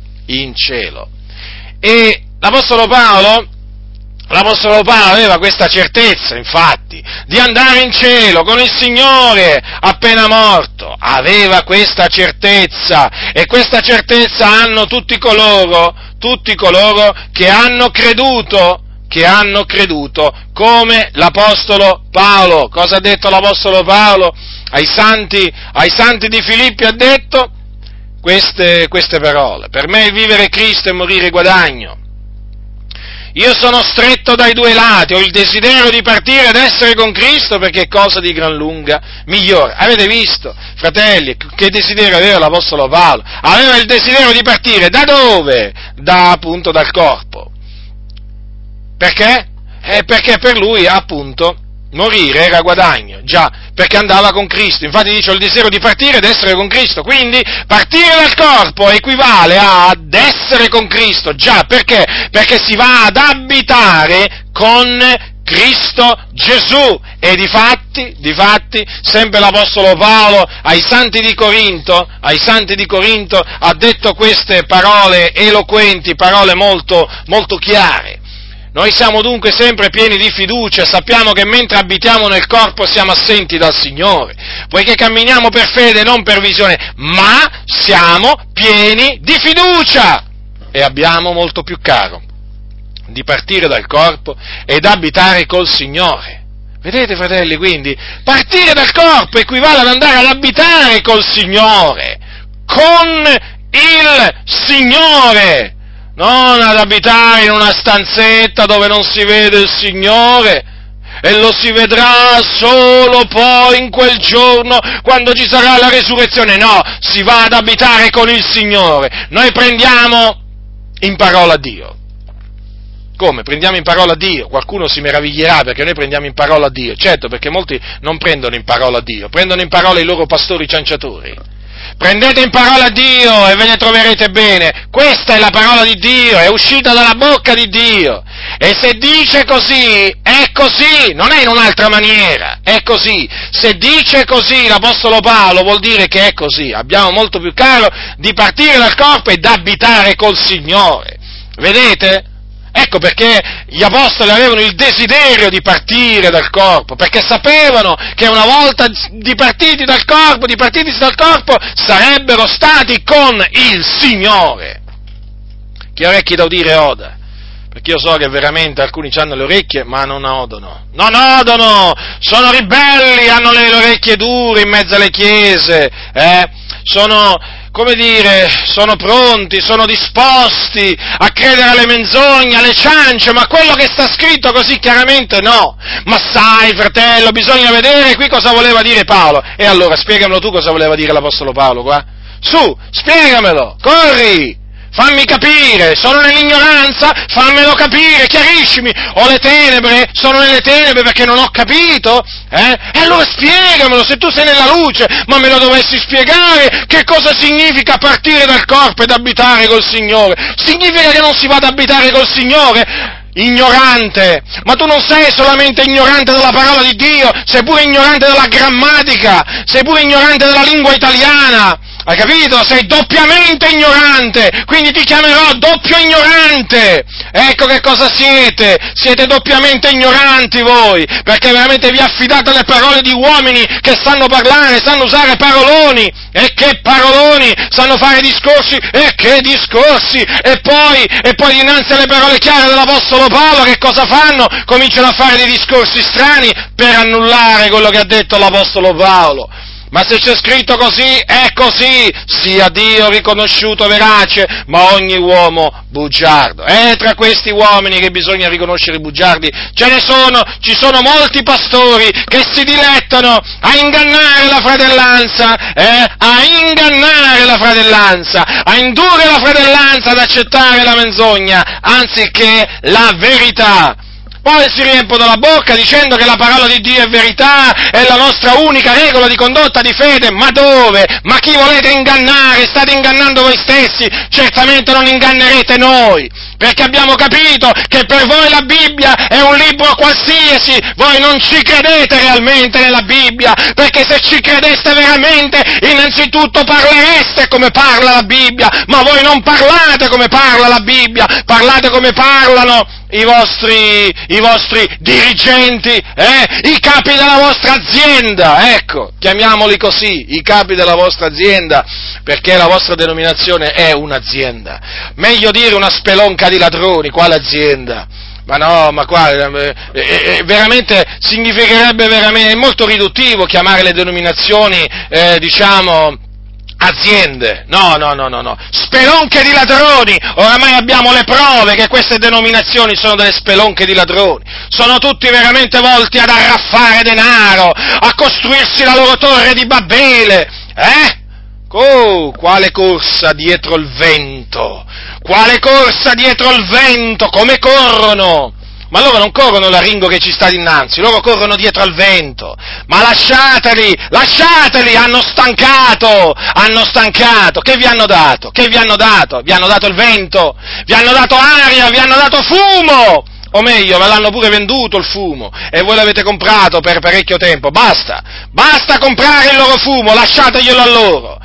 E l'Apostolo Paolo aveva questa certezza, infatti, di andare in cielo con il Signore appena morto. Aveva questa certezza, e questa certezza hanno tutti coloro che hanno creduto, come l'Apostolo Paolo. Cosa ha detto l'Apostolo Paolo? Ai santi di Filippi ha detto queste parole: per me il vivere è Cristo e morire è guadagno. Io sono stretto dai due lati, ho il desiderio di partire ed essere con Cristo, perché è cosa di gran lunga migliore. Avete visto, fratelli, che desiderio aveva l'Apostolo Paolo? Aveva il desiderio di partire da dove? Appunto dal corpo. Perché? Perché per lui, appunto, morire era guadagno, già, perché andava con Cristo. Infatti dice: ho il desiderio di partire ed essere con Cristo. Quindi partire dal corpo equivale ad essere con Cristo, già, perché? Perché si va ad abitare con Cristo Gesù. E difatti, sempre l'Apostolo Paolo ai santi di Corinto ha detto queste parole eloquenti, parole molto, molto chiare. Noi siamo dunque sempre pieni di fiducia, sappiamo che mentre abitiamo nel corpo siamo assenti dal Signore, poiché camminiamo per fede, non per visione, ma siamo pieni di fiducia e abbiamo molto più caro di partire dal corpo ed abitare col Signore. Vedete, fratelli, quindi, partire dal corpo equivale ad andare ad abitare col Signore, con il Signore, non ad abitare in una stanzetta dove non si vede il Signore, e lo si vedrà solo poi in quel giorno quando ci sarà la resurrezione. No, si va ad abitare con il Signore. Noi prendiamo in parola Dio. Come? Prendiamo in parola Dio? Qualcuno si meraviglierà perché noi prendiamo in parola Dio. Certo, perché molti non prendono in parola Dio, prendono in parola i loro pastori cianciatori. Prendete in parola Dio e ve ne troverete bene. Questa è la parola di Dio, è uscita dalla bocca di Dio. E se dice così, è così, non è in un'altra maniera, è così. Se dice così l'Apostolo Paolo vuol dire che è così. Abbiamo molto più caro di partire dal corpo ed abitare col Signore. Vedete? Ecco perché gli apostoli avevano il desiderio di partire dal corpo, perché sapevano che una volta dipartitisi dal corpo, sarebbero stati con il Signore. Chi ha orecchi da udire oda, perché io so che veramente alcuni hanno le orecchie ma non odono, sono ribelli, hanno le orecchie dure in mezzo alle chiese, sono pronti, sono disposti a credere alle menzogne, alle ciance, ma quello che sta scritto così chiaramente no. Ma sai, fratello, bisogna vedere qui cosa voleva dire Paolo. E allora, spiegamelo tu cosa voleva dire l'Apostolo Paolo qua. Su, spiegamelo, corri! Fammi capire, sono nell'ignoranza, fammelo capire, chiariscimi, ho le tenebre, sono nelle tenebre perché non ho capito, E allora spiegamelo, se tu sei nella luce, ma me lo dovessi spiegare, che cosa significa partire dal corpo ed abitare col Signore? Significa che non si va ad abitare col Signore? Ignorante, ma tu non sei solamente ignorante della parola di Dio, sei pure ignorante della grammatica, sei pure ignorante della lingua italiana, hai capito? Sei doppiamente ignorante, quindi ti chiamerò doppio ignorante. Ecco che cosa siete doppiamente ignoranti voi, perché veramente vi affidate alle parole di uomini che sanno parlare, sanno usare paroloni, e che paroloni, sanno fare discorsi, e che discorsi, e poi dinanzi alle parole chiare dell'Apostolo Paolo che cosa fanno? Cominciano a fare dei discorsi strani per annullare quello che ha detto l'Apostolo Paolo. Ma se c'è scritto così, è così, sia Dio riconosciuto verace, ma ogni uomo bugiardo. E tra questi uomini che bisogna riconoscere bugiardi, ci sono molti pastori che si dilettano a ingannare la fratellanza, a indurre la fratellanza ad accettare la menzogna, anziché la verità. Poi si riempiono la bocca dicendo che la parola di Dio è verità, è la nostra unica regola di condotta di fede. Ma dove? Ma chi volete ingannare? State ingannando voi stessi, certamente non ingannerete noi, perché abbiamo capito che per voi la Bibbia è un libro qualsiasi, voi non ci credete realmente nella Bibbia, perché se ci credeste veramente, innanzitutto parlereste come parla la Bibbia, ma voi non parlate come parla la Bibbia, parlate come parlano i vostri dirigenti, i capi della vostra azienda, ecco, chiamiamoli così, i capi della vostra azienda, perché la vostra denominazione è un'azienda, meglio dire una spelonca di ladroni, quale azienda? Ma no, ma qua veramente significherebbe veramente, è molto riduttivo chiamare le denominazioni, aziende, no, spelonche di ladroni, oramai abbiamo le prove che queste denominazioni sono delle spelonche di ladroni, sono tutti veramente volti ad arraffare denaro, a costruirsi la loro torre di Babele, Oh, quale corsa dietro il vento, come corrono! Ma loro non corrono l'aringo che ci sta dinanzi, loro corrono dietro al vento. Ma lasciateli, hanno stancato. Che vi hanno dato? Vi hanno dato il vento, vi hanno dato aria, vi hanno dato fumo. o meglio, ve l'hanno pure venduto il fumo, e voi l'avete comprato per parecchio tempo. Basta comprare il loro fumo, lasciateglielo a loro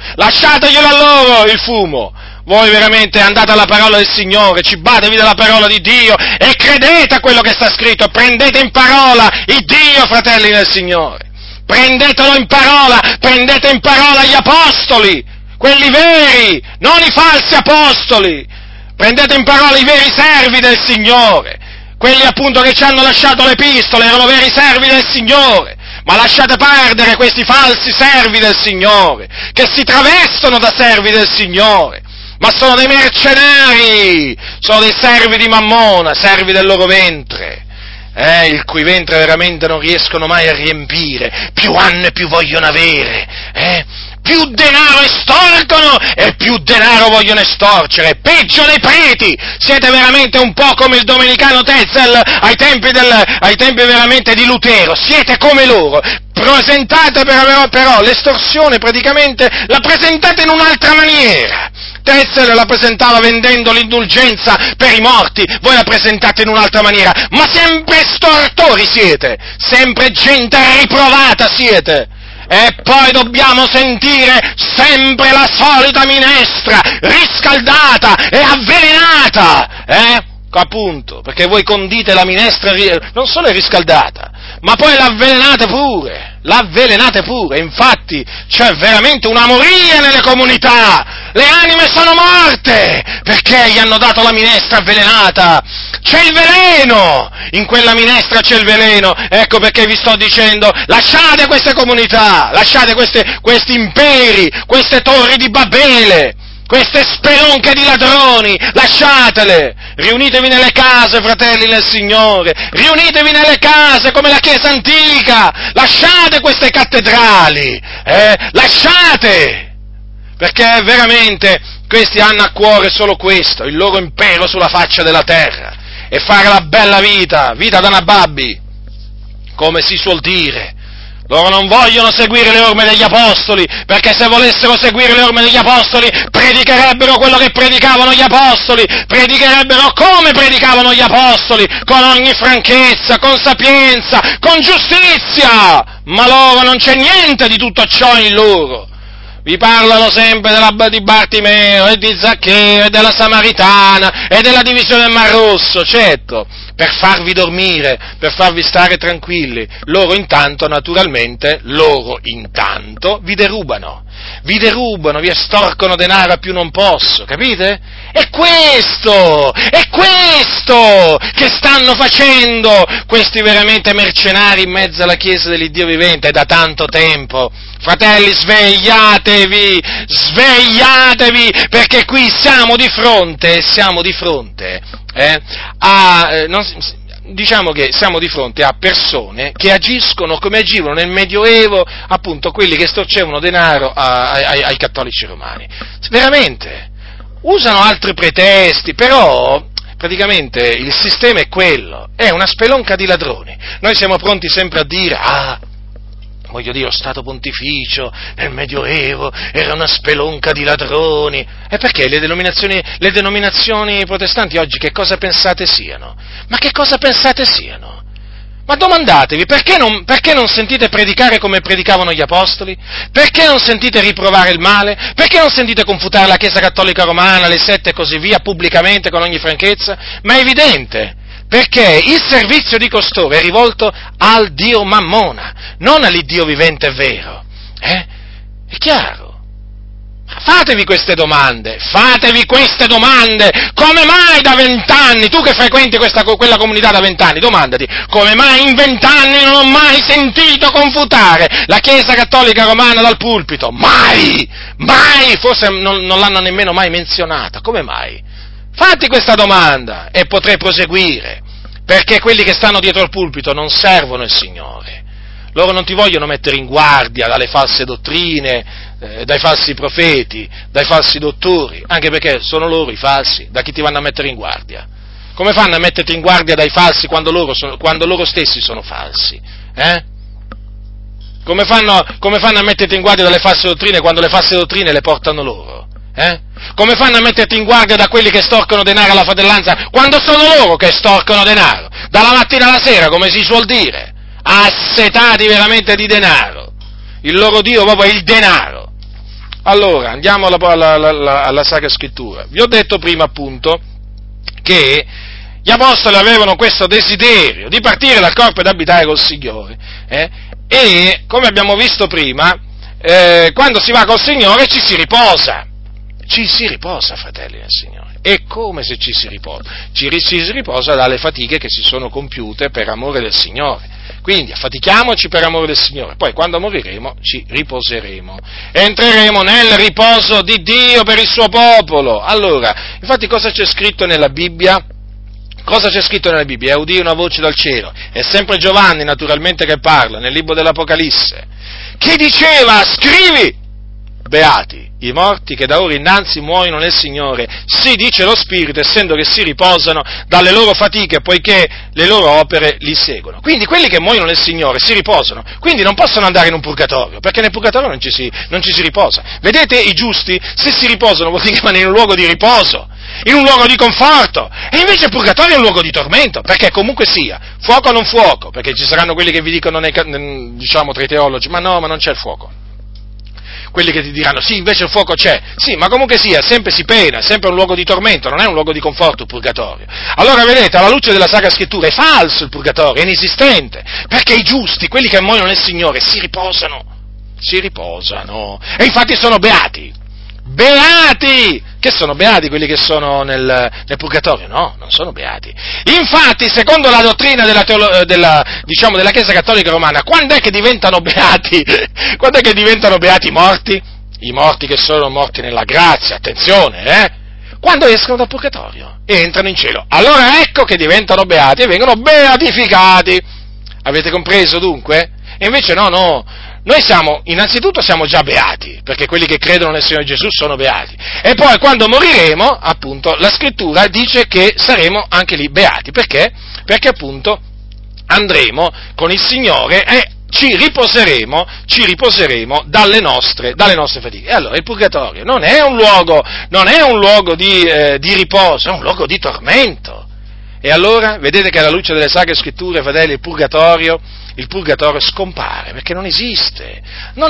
il fumo. Voi veramente andate alla parola del Signore, cibatevi della parola di Dio e credete a quello che sta scritto, prendete in parola il Dio, fratelli del Signore. Prendetelo in parola, prendete in parola gli apostoli, quelli veri, non i falsi apostoli. Prendete in parola i veri servi del Signore, quelli appunto che ci hanno lasciato le epistole, erano veri servi del Signore. Ma lasciate perdere questi falsi servi del Signore, che si travestono da servi del Signore, ma sono dei mercenari, sono dei servi di Mammona, servi del loro ventre. Il cui ventre veramente non riescono mai a riempire, più hanno e più vogliono avere, più denaro estorcono e più denaro vogliono estorcere, peggio dei preti, siete veramente un po' come il domenicano Tetzel ai tempi veramente di Lutero, siete come loro, presentate però l'estorsione praticamente la presentate in un'altra maniera. Tetzel la presentava vendendo l'indulgenza per i morti, voi la presentate in un'altra maniera, ma sempre stortori siete, sempre gente riprovata siete, e poi dobbiamo sentire sempre la solita minestra, riscaldata e avvelenata, appunto, perché voi condite la minestra, non solo è riscaldata, ma poi l'avvelenate pure, infatti c'è veramente una moria nelle comunità, le anime sono morte, perché gli hanno dato la minestra avvelenata, c'è il veleno, in quella minestra c'è il veleno, ecco perché vi sto dicendo, lasciate queste comunità, lasciate questi imperi, queste torri di Babele, queste spelonche di ladroni, lasciatele, riunitevi nelle case, fratelli nel Signore, riunitevi nelle case come la Chiesa antica, lasciate queste cattedrali, lasciate, perché veramente questi hanno a cuore solo questo, il loro impero sulla faccia della terra, e fare la bella vita da nababbi, come si suol dire. Loro non vogliono seguire le orme degli apostoli, perché se volessero seguire le orme degli apostoli, predicherebbero quello che predicavano gli apostoli, predicherebbero come predicavano gli apostoli, con ogni franchezza, con sapienza, con giustizia, ma loro non c'è niente di tutto ciò in loro. Vi parlano sempre di Bartimeo e di Zaccheo e della Samaritana e della divisione del Mar Rosso, certo, per farvi dormire, per farvi stare tranquilli. Loro intanto vi derubano, vi estorcono denaro a più non posso, capite? È questo che stanno facendo questi veramente mercenari in mezzo alla Chiesa dell'Iddio vivente da tanto tempo. Fratelli, svegliatevi, perché qui siamo di fronte diciamo che siamo di fronte a persone che agiscono come agivano nel Medioevo, appunto quelli che storcevano denaro ai cattolici romani. Veramente, usano altri pretesti, però praticamente il sistema è quello, è una spelonca di ladroni. Noi siamo pronti sempre a dire, lo Stato Pontificio nel Medioevo era una spelonca di ladroni. E perché le denominazioni protestanti oggi che cosa pensate siano? Ma che cosa pensate siano? Ma domandatevi, perché non sentite predicare come predicavano gli apostoli? Perché non sentite riprovare il male? Perché non sentite confutare la Chiesa Cattolica Romana, le sette e così via, pubblicamente, con ogni franchezza? Ma è evidente, perché il servizio di costoro è rivolto al Dio Mammona, non all'Iddio vivente e vero. È chiaro? Fatevi queste domande, come mai da 20 anni, tu che frequenti quella comunità da 20 anni, domandati, come mai in 20 anni non ho mai sentito confutare la Chiesa Cattolica Romana dal pulpito? Mai, forse non l'hanno nemmeno mai menzionata, come mai? Fatti questa domanda e potrei proseguire, perché quelli che stanno dietro al pulpito non servono il Signore, loro non ti vogliono mettere in guardia dalle false dottrine, dai falsi profeti, dai falsi dottori, anche perché sono loro i falsi, da chi ti vanno a mettere in guardia? Come fanno a metterti in guardia dai falsi quando loro stessi sono falsi? Come fanno a metterti in guardia dalle false dottrine quando le false dottrine le portano loro? Come fanno a metterti in guardia da quelli che storcono denaro alla fratellanza quando sono loro che storcono denaro? dalla mattina alla sera, come si suol dire, assetati veramente di denaro. Il loro Dio proprio è il denaro. Allora, andiamo alla Sacra Scrittura. Vi ho detto prima, appunto, che gli apostoli avevano questo desiderio di partire dal corpo ed abitare col Signore, e, come abbiamo visto prima, quando si va col Signore ci si riposa, fratelli del Signore. E come se ci si riposa? Ci si riposa dalle fatiche che si sono compiute per amore del Signore. Quindi affatichiamoci per amore del Signore, poi quando moriremo ci riposeremo, entreremo nel riposo di Dio per il suo popolo. Allora, infatti cosa c'è scritto nella Bibbia? Cosa c'è scritto nella Bibbia? Udì una voce dal cielo, è sempre Giovanni naturalmente che parla, nel libro dell'Apocalisse, che diceva: scrivi, beati i morti che da ora innanzi muoiono nel Signore, sì dice lo Spirito, essendo che si riposano dalle loro fatiche, poiché le loro opere li seguono. Quindi quelli che muoiono nel Signore si riposano, quindi non possono andare in un purgatorio, perché nel purgatorio non ci si riposa. Vedete, i giusti, se si riposano vuol dire che vanno in un luogo di riposo, in un luogo di conforto, e invece il purgatorio è un luogo di tormento, perché comunque sia, fuoco o non fuoco, perché ci saranno quelli che vi dicono, diciamo tra i teologi, ma no, ma non c'è il fuoco. Quelli che ti diranno, sì, invece il fuoco c'è, sì, ma comunque sia, sempre si pena, è sempre un luogo di tormento, non è un luogo di conforto il purgatorio. Allora vedete, alla luce della Sacra Scrittura è falso il purgatorio, è inesistente, perché i giusti, quelli che muoiono nel Signore, si riposano, e infatti sono beati, che sono beati quelli che sono nel purgatorio? No, non sono beati. Infatti, secondo la dottrina della Chiesa Cattolica Romana, quando è che diventano beati? Quando è che diventano beati i morti? I morti che sono morti nella grazia, attenzione, quando escono dal purgatorio e entrano in cielo. Allora ecco che diventano beati e vengono beatificati. Avete compreso dunque? E invece no. Noi innanzitutto siamo già beati, perché quelli che credono nel Signore Gesù sono beati, e poi quando moriremo, appunto, la Scrittura dice che saremo anche lì beati, perché? Perché appunto andremo con il Signore e ci riposeremo dalle nostre fatiche. E allora il purgatorio non è un luogo di riposo, è un luogo di tormento. E allora, vedete che alla luce delle Sacre Scritture, fratelli, il purgatorio scompare, perché non esiste,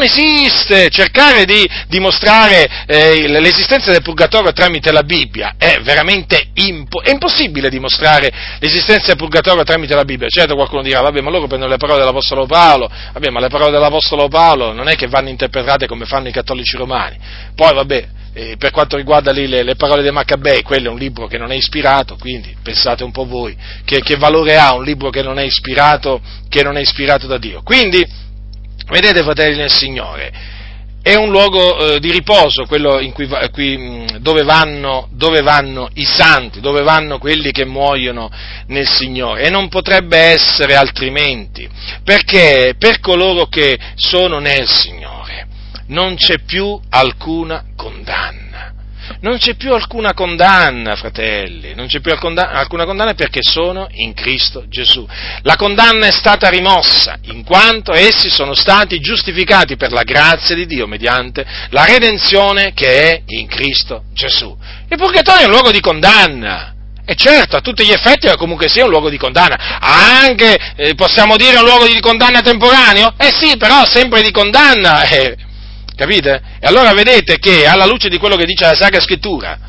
cercare di dimostrare l'esistenza del purgatorio tramite la Bibbia è veramente è impossibile dimostrare l'esistenza del purgatorio tramite la Bibbia. Certo, qualcuno dirà, vabbè, ma loro prendono le parole dell'Apostolo Paolo, vabbè, ma le parole dell'Apostolo Paolo non è che vanno interpretate come fanno i cattolici romani, poi vabbè, per quanto riguarda lì le parole dei Maccabei, quello è un libro che non è ispirato, quindi pensate un po' voi che valore ha un libro che non è ispirato da Dio. Quindi, vedete, fratelli nel Signore, è un luogo di riposo quello dove vanno i santi, dove vanno quelli che muoiono nel Signore, e non potrebbe essere altrimenti, perché per coloro che sono nel Signore non c'è più alcuna condanna. Non c'è più alcuna condanna, fratelli, non c'è più alcuna condanna perché sono in Cristo Gesù. La condanna è stata rimossa, in quanto essi sono stati giustificati per la grazia di Dio mediante la redenzione che è in Cristo Gesù. Il purgatorio è un luogo di condanna. E certo, a tutti gli effetti comunque sia un luogo di condanna, anche, possiamo dire, un luogo di condanna temporaneo? Sì, però sempre di condanna, capite? E allora vedete che, alla luce di quello che dice la Sacra Scrittura,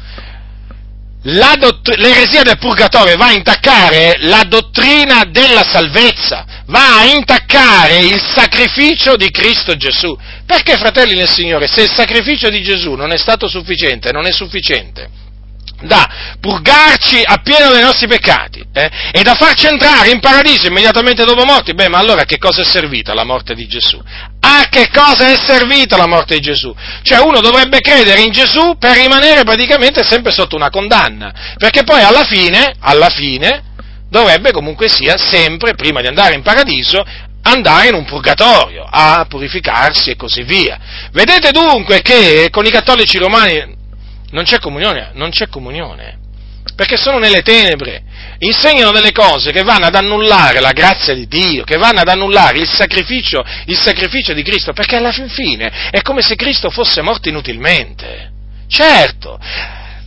l'eresia del purgatorio va a intaccare la dottrina della salvezza, va a intaccare il sacrificio di Cristo Gesù. Perché, fratelli nel Signore, se il sacrificio di Gesù non è stato sufficiente, non è sufficiente da purgarci appieno dei nostri peccati, e da farci entrare in paradiso immediatamente dopo morti, ma allora a che cosa è servita la morte di Gesù? A che cosa è servita la morte di Gesù? Cioè uno dovrebbe credere in Gesù per rimanere praticamente sempre sotto una condanna, perché poi alla fine dovrebbe comunque sia sempre, prima di andare in paradiso, andare in un purgatorio a purificarsi e così via. Vedete dunque che con i cattolici romani non c'è comunione, perché sono nelle tenebre, insegnano delle cose che vanno ad annullare la grazia di Dio, che vanno ad annullare il sacrificio di Cristo, perché alla fin fine è come se Cristo fosse morto inutilmente. Certo,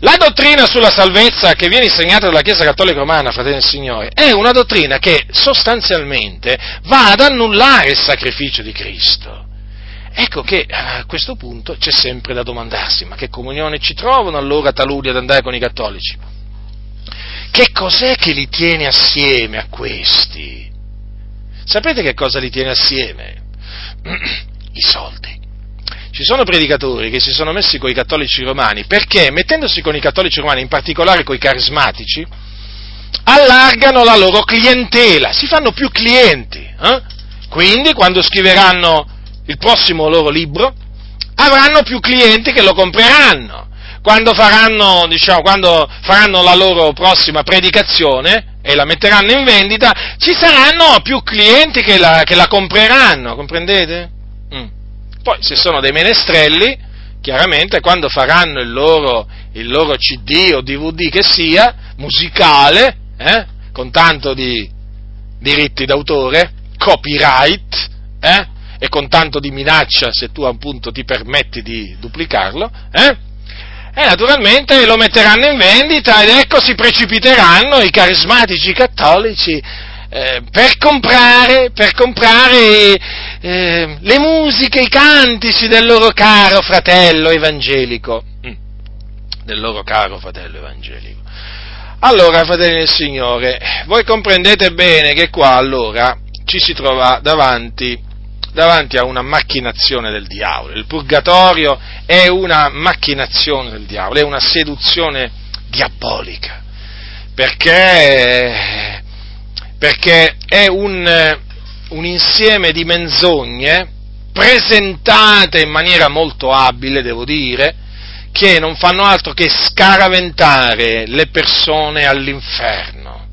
La dottrina sulla salvezza che viene insegnata dalla Chiesa Cattolica Romana, fratelli del Signore, è una dottrina che sostanzialmente va ad annullare il sacrificio di Cristo. Ecco che a questo punto c'è sempre da domandarsi: ma che comunione ci trovano allora taluni ad andare con i cattolici? Che cos'è che li tiene assieme a questi? Sapete che cosa li tiene assieme? I soldi. Ci sono predicatori che si sono messi con i cattolici romani perché, mettendosi con i cattolici romani, in particolare con i carismatici, allargano la loro clientela, si fanno più clienti. Quindi, quando scriveranno il prossimo loro libro, avranno più clienti che lo compreranno. Quando faranno la loro prossima predicazione e la metteranno in vendita, ci saranno più clienti che la compreranno, comprendete? Poi, se sono dei menestrelli, chiaramente quando faranno il loro CD o DVD che sia, musicale, con tanto di diritti d'autore, copyright, e con tanto di minaccia se tu appunto ti permetti di duplicarlo, naturalmente lo metteranno in vendita ed ecco si precipiteranno i carismatici cattolici per comprare le musiche, i cantici del loro caro fratello evangelico. Allora, fratelli del Signore, voi comprendete bene che qua allora ci si trova davanti a una macchinazione del diavolo. Il purgatorio è una macchinazione del diavolo, è una seduzione diabolica, perché è un insieme di menzogne presentate in maniera molto abile, devo dire, che non fanno altro che scaraventare le persone all'inferno.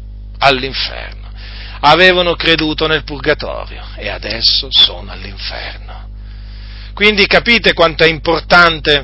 Avevano creduto nel purgatorio e adesso sono all'inferno. Quindi capite quanto è importante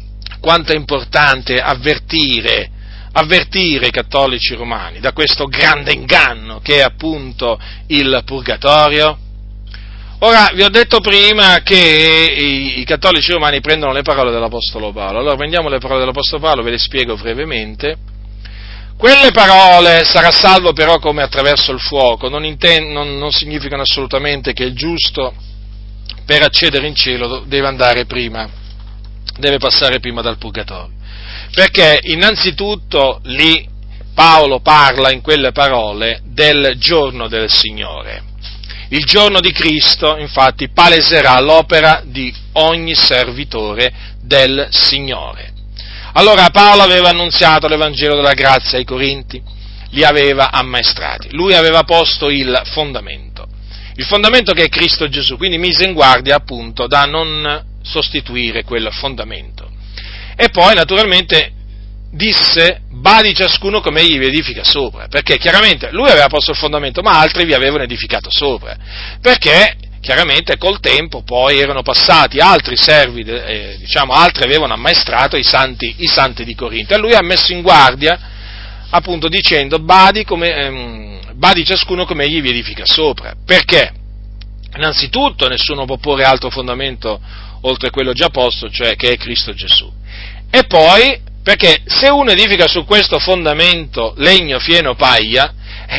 avvertire i cattolici romani da questo grande inganno che è appunto il purgatorio. Ora, vi ho detto prima che i cattolici romani prendono le parole dell'Apostolo Paolo. Allora prendiamo le parole dell'Apostolo Paolo, ve le spiego brevemente. Quelle parole, sarà salvo però come attraverso il fuoco, non significano assolutamente che il giusto per accedere in cielo deve passare prima dal purgatorio. Perché innanzitutto lì Paolo parla in quelle parole del giorno del Signore. Il giorno di Cristo, infatti, paleserà l'opera di ogni servitore del Signore. Allora Paolo aveva annunziato l'Evangelo della grazia ai Corinti, li aveva ammaestrati, lui aveva posto il fondamento che è Cristo Gesù, quindi mise in guardia appunto da non sostituire quel fondamento. E poi naturalmente disse: badi ciascuno come egli vi edifica sopra, perché chiaramente lui aveva posto il fondamento, ma altri vi avevano edificato sopra, perché chiaramente col tempo poi erano passati altri servi, altri avevano ammaestrato i santi di Corinto, e lui ha messo in guardia appunto dicendo: badi ciascuno come egli vi edifica sopra, perché innanzitutto nessuno può porre altro fondamento oltre quello già posto, cioè che è Cristo Gesù, e poi perché se uno edifica su questo fondamento legno, fieno, paglia,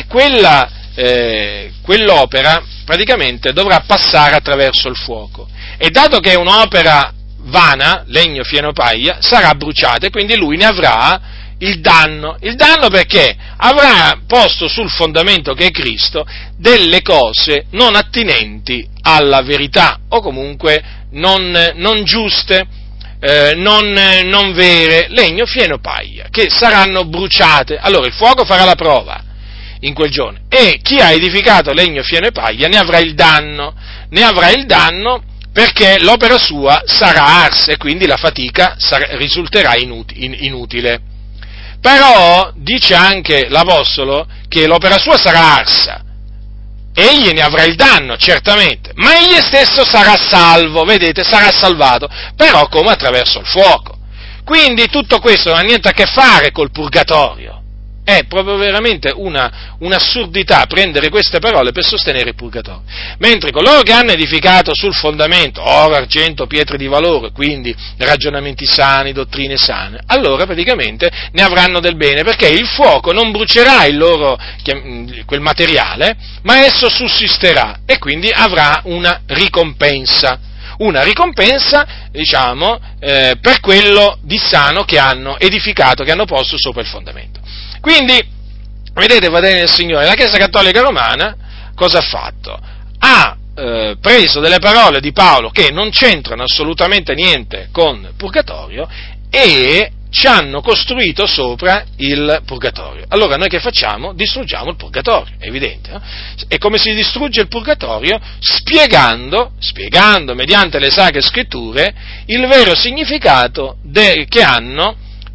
quell'opera praticamente dovrà passare attraverso il fuoco, e dato che è un'opera vana, legno, fieno, paglia, sarà bruciata, e quindi lui ne avrà il danno perché avrà posto sul fondamento che è Cristo delle cose non attinenti alla verità, o comunque non giuste, non vere, legno, fieno, paglia, che saranno bruciate. Allora il fuoco farà la prova in quel giorno, e chi ha edificato legno, fieno e paglia ne avrà il danno perché l'opera sua sarà arsa, e quindi la fatica risulterà inutile. Però dice anche l'Apostolo che l'opera sua sarà arsa, egli ne avrà il danno, certamente, ma egli stesso sarà salvo, vedete, sarà salvato, però come attraverso il fuoco. Quindi tutto questo non ha niente a che fare col purgatorio, È proprio veramente un'assurdità prendere queste parole per sostenere il purgatorio. Mentre coloro che hanno edificato sul fondamento oro, argento, pietre di valore, quindi ragionamenti sani, dottrine sane, allora praticamente ne avranno del bene, perché il fuoco non brucerà quel materiale, ma esso sussisterà e quindi avrà una ricompensa, diciamo, per quello di sano che hanno edificato, che hanno posto sopra il fondamento. Quindi, vedete, fratelli del Signore, la Chiesa Cattolica Romana cosa ha fatto? Ha preso delle parole di Paolo che non c'entrano assolutamente niente con il purgatorio e ci hanno costruito sopra il purgatorio. Allora noi che facciamo? Distruggiamo il purgatorio, è evidente. No? E come si distrugge il purgatorio? Spiegando mediante le Sacre Scritture il vero significato che hanno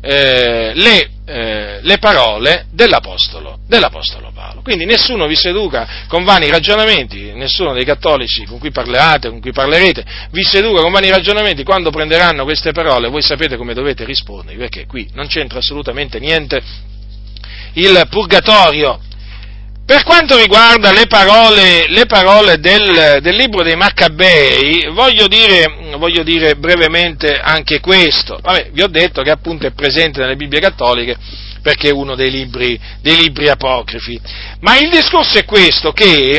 le parole dell'Apostolo Paolo. Quindi nessuno vi seduca con vani ragionamenti, nessuno dei cattolici con cui parlerete, con cui parlerete, vi seduca con vani ragionamenti. Quando prenderanno queste parole voi sapete come dovete rispondere, perché qui non c'entra assolutamente niente il purgatorio. Per quanto riguarda le parole del libro dei Maccabei, voglio dire brevemente anche questo. Vabbè, vi ho detto che appunto è presente nelle Bibbie cattoliche perché è uno dei libri apocrifi. Ma il discorso è questo, che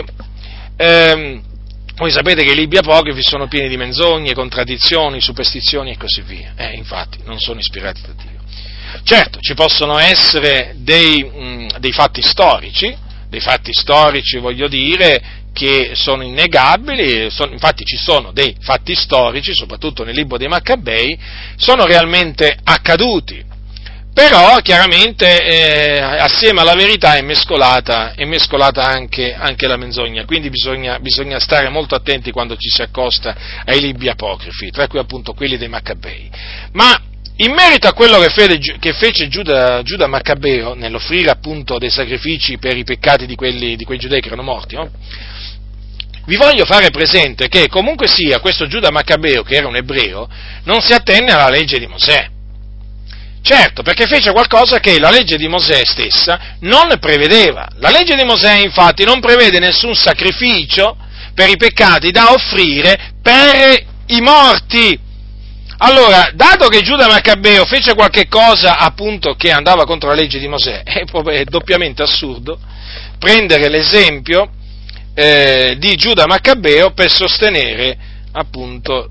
voi sapete che i libri apocrifi sono pieni di menzogne, contraddizioni, superstizioni e così via. Infatti, non sono ispirati da Dio. Certo, ci possono essere dei fatti storici, voglio dire, che sono innegabili, infatti ci sono dei fatti storici, soprattutto nel libro dei Maccabei, sono realmente accaduti, però chiaramente assieme alla verità è mescolata anche la menzogna, quindi bisogna stare molto attenti quando ci si accosta ai libri apocrifi, tra cui appunto quelli dei Maccabei. Ma in merito a quello che fece Giuda Maccabeo nell'offrire appunto dei sacrifici per i peccati di quei giudei che erano morti, no? Vi voglio fare presente che comunque sia questo Giuda Maccabeo, che era un ebreo, non si attenne alla legge di Mosè. Certo, perché fece qualcosa che la legge di Mosè stessa non prevedeva. La legge di Mosè infatti non prevede nessun sacrificio per i peccati da offrire per i morti. Allora, dato che Giuda Maccabeo fece qualche cosa appunto che andava contro la legge di Mosè, è doppiamente assurdo prendere l'esempio di Giuda Maccabeo per sostenere appunto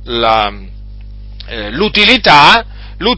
l'utilità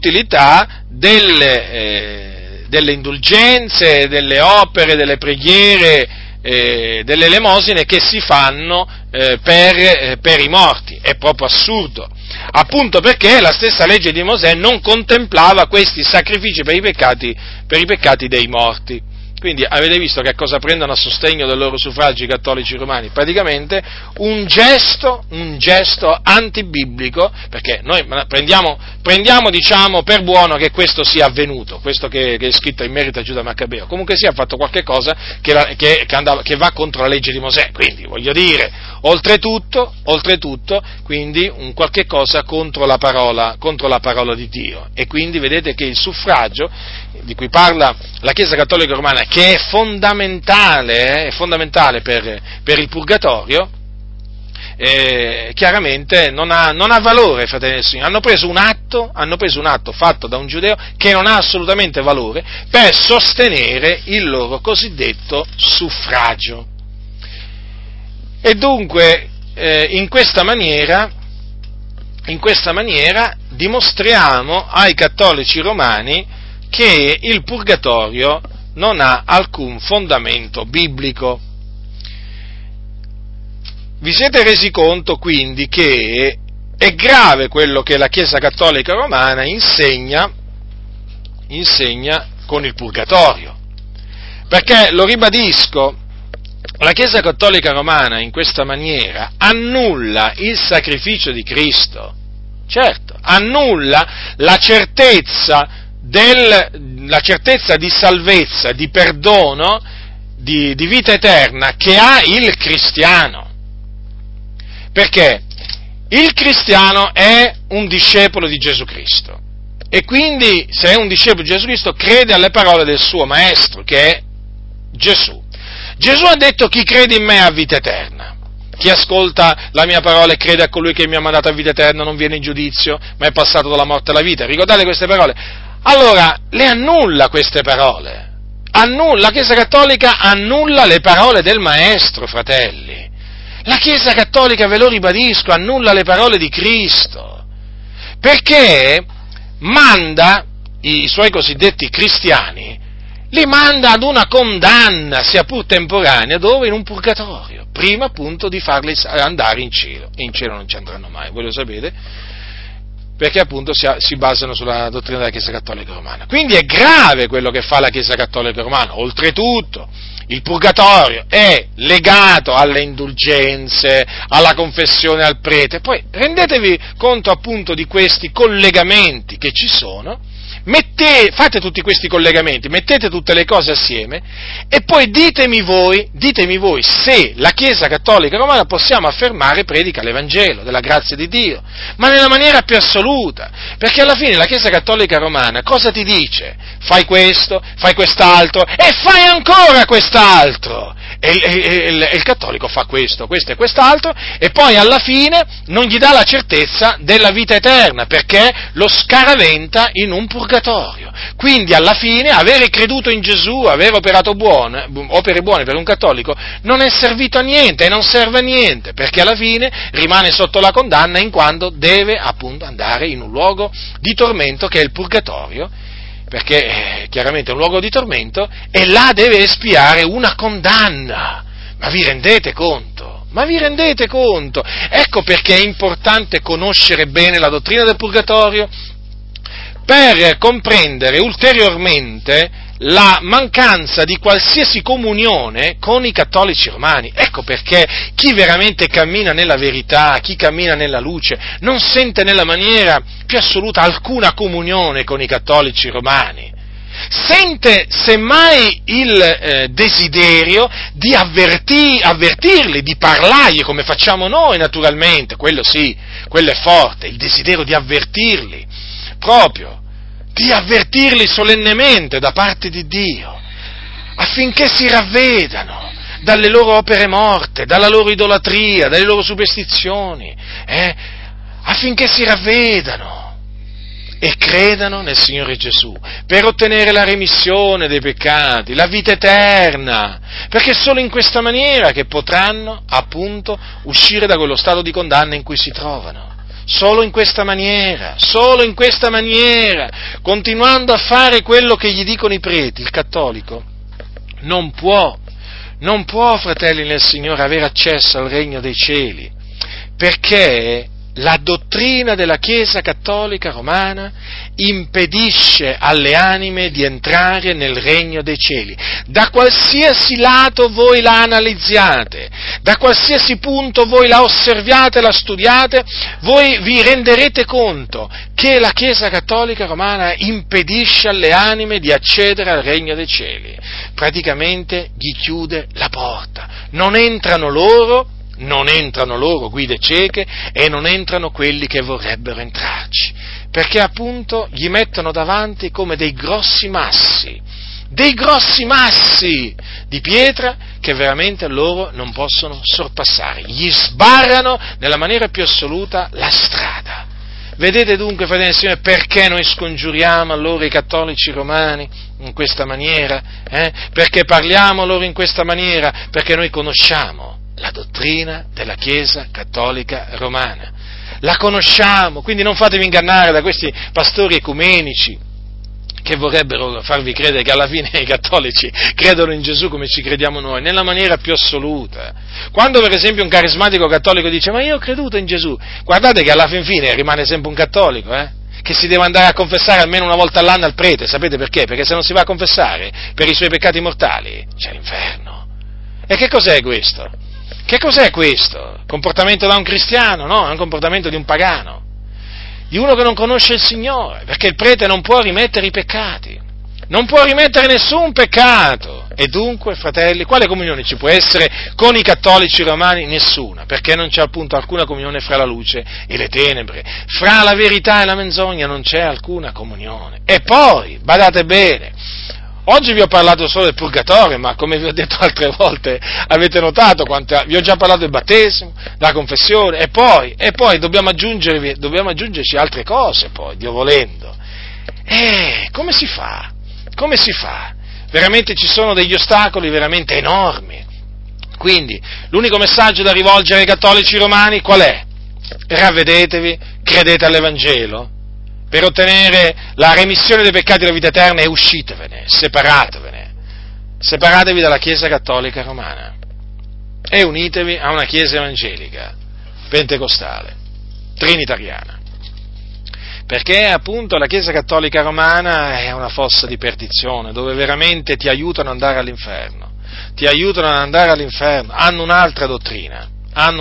delle indulgenze, delle opere, delle preghiere, delle elemosine che si fanno per i morti. È proprio assurdo. Appunto perché la stessa legge di Mosè non contemplava questi sacrifici per i peccati dei morti. Quindi avete visto che cosa prendono a sostegno del loro suffragio i cattolici romani? Praticamente un gesto antibiblico, perché noi prendiamo diciamo per buono che questo sia avvenuto, questo che è scritto in merito a Giuda Maccabeo. Comunque sia, ha fatto qualche cosa che va contro la legge di Mosè, quindi voglio dire, oltretutto, quindi un qualche cosa contro la parola di Dio. E quindi vedete che il suffragio di cui parla la Chiesa Cattolica Romana, che è fondamentale per il purgatorio, chiaramente non ha valore, fratelli del Signore. Hanno preso un atto fatto da un giudeo che non ha assolutamente valore per sostenere il loro cosiddetto suffragio. E dunque in questa maniera dimostriamo ai cattolici romani che il purgatorio non ha alcun fondamento biblico. Vi siete resi conto quindi che è grave quello che la Chiesa Cattolica Romana insegna con il purgatorio, perché, lo ribadisco, la Chiesa Cattolica Romana in questa maniera annulla il sacrificio di Cristo, certo, annulla la certezza di salvezza, di perdono, di vita eterna che ha il cristiano. Perché il cristiano è un discepolo di Gesù Cristo, E quindi, se è un discepolo di Gesù Cristo, crede alle parole del suo maestro, che è Gesù. Gesù ha detto: chi crede in me ha vita eterna. Chi ascolta la mia parola e crede a colui che mi ha mandato a vita eterna non viene in giudizio, ma è passato dalla morte alla vita. Ricordate queste parole? Allora, le annulla queste parole. La Chiesa Cattolica annulla le parole del Maestro, fratelli. La Chiesa Cattolica, ve lo ribadisco, annulla le parole di Cristo. Perché manda i suoi cosiddetti cristiani, li manda ad una condanna, sia pur temporanea, dove? In un purgatorio, prima appunto di farli andare in cielo. E in cielo non ci andranno mai, voi lo sapete, perché appunto si basano sulla dottrina della Chiesa Cattolica Romana. Quindi è grave quello che fa la Chiesa Cattolica Romana. Oltretutto, il purgatorio è legato alle indulgenze, alla confessione al prete. Poi rendetevi conto appunto di questi collegamenti che ci sono, fate tutti questi collegamenti, mettete tutte le cose assieme e poi ditemi voi se la Chiesa Cattolica Romana, possiamo affermare, predica l'Evangelo della grazia di Dio, ma nella maniera più assoluta, perché alla fine la Chiesa Cattolica Romana cosa ti dice? Fai questo, fai quest'altro e fai ancora quest'altro, e il cattolico fa questo e quest'altro, e poi alla fine non gli dà la certezza della vita eterna, perché lo scaraventa in un purgatorio. Quindi alla fine avere creduto in Gesù, aver operato opere buone per un cattolico, non è servito a niente e non serve a niente, perché alla fine rimane sotto la condanna, in quanto deve appunto andare in un luogo di tormento che è il purgatorio, perché chiaramente è un luogo di tormento, e là deve espiare una condanna. Ma vi rendete conto? Ecco perché è importante conoscere bene la dottrina del purgatorio, per comprendere ulteriormente la mancanza di qualsiasi comunione con i cattolici romani. Ecco perché chi veramente cammina nella verità, chi cammina nella luce, non sente nella maniera più assoluta alcuna comunione con i cattolici romani. Sente semmai il desiderio di avvertirli, di parlargli come facciamo noi naturalmente, quello sì, quello è forte, il desiderio di avvertirli, proprio, di avvertirli solennemente da parte di Dio, affinché si ravvedano dalle loro opere morte, dalla loro idolatria, dalle loro superstizioni, affinché si ravvedano e credano nel Signore Gesù, per ottenere la remissione dei peccati, la vita eterna, perché è solo in questa maniera che potranno, appunto, uscire da quello stato di condanna in cui si trovano. Solo in questa maniera, continuando a fare quello che gli dicono i preti. Il cattolico non può, fratelli nel Signore, avere accesso al regno dei cieli, perché la dottrina della Chiesa Cattolica Romana impedisce alle anime di entrare nel regno dei cieli. Da qualsiasi lato voi la analizziate, da qualsiasi punto voi la osserviate, la studiate, voi vi renderete conto che la Chiesa Cattolica Romana impedisce alle anime di accedere al regno dei cieli. Praticamente gli chiude la porta. Non entrano loro guide cieche e non entrano quelli che vorrebbero entrarci, perché appunto gli mettono davanti come dei grossi massi di pietra che veramente loro non possono sorpassare, gli sbarrano nella maniera più assoluta la strada. Vedete dunque, fratelli del Signore, perché noi scongiuriamo allora i cattolici romani in questa maniera? Perché parliamo loro in questa maniera? Perché noi conosciamo la dottrina della Chiesa Cattolica Romana, la conosciamo, quindi non fatevi ingannare da questi pastori ecumenici che vorrebbero farvi credere che alla fine i cattolici credono in Gesù come ci crediamo noi, nella maniera più assoluta. Quando per esempio un carismatico cattolico dice ma io ho creduto in Gesù, guardate che alla fin fine rimane sempre un cattolico, che si deve andare a confessare almeno una volta all'anno al prete, sapete perché? Perché se non si va a confessare per i suoi peccati mortali c'è l'inferno. E che cos'è questo? Che cos'è questo? Comportamento da un cristiano? No, è un comportamento di un pagano, di uno che non conosce il Signore, perché il prete non può rimettere i peccati, non può rimettere nessun peccato, E dunque, fratelli, quale comunione ci può essere con i cattolici romani? Nessuna, perché non c'è appunto alcuna comunione fra la luce e le tenebre, fra la verità e la menzogna non c'è alcuna comunione. E poi, badate bene, oggi vi ho parlato solo del purgatorio, ma come vi ho detto altre volte, avete notato vi ho già parlato del battesimo, della confessione, e poi dobbiamo aggiungerci altre cose, poi, Dio volendo. Come si fa? Come si fa? Veramente ci sono degli ostacoli veramente enormi. Quindi, l'unico messaggio da rivolgere ai cattolici romani qual è? Ravvedetevi, credete all'Evangelo, per ottenere la remissione dei peccati e la vita eterna e uscitevene, separatevi dalla Chiesa Cattolica Romana e unitevi a una Chiesa evangelica, pentecostale, trinitariana. Perché appunto la Chiesa Cattolica Romana è una fossa di perdizione, dove veramente ti aiutano ad andare all'inferno, hanno un'altra dottrina, hanno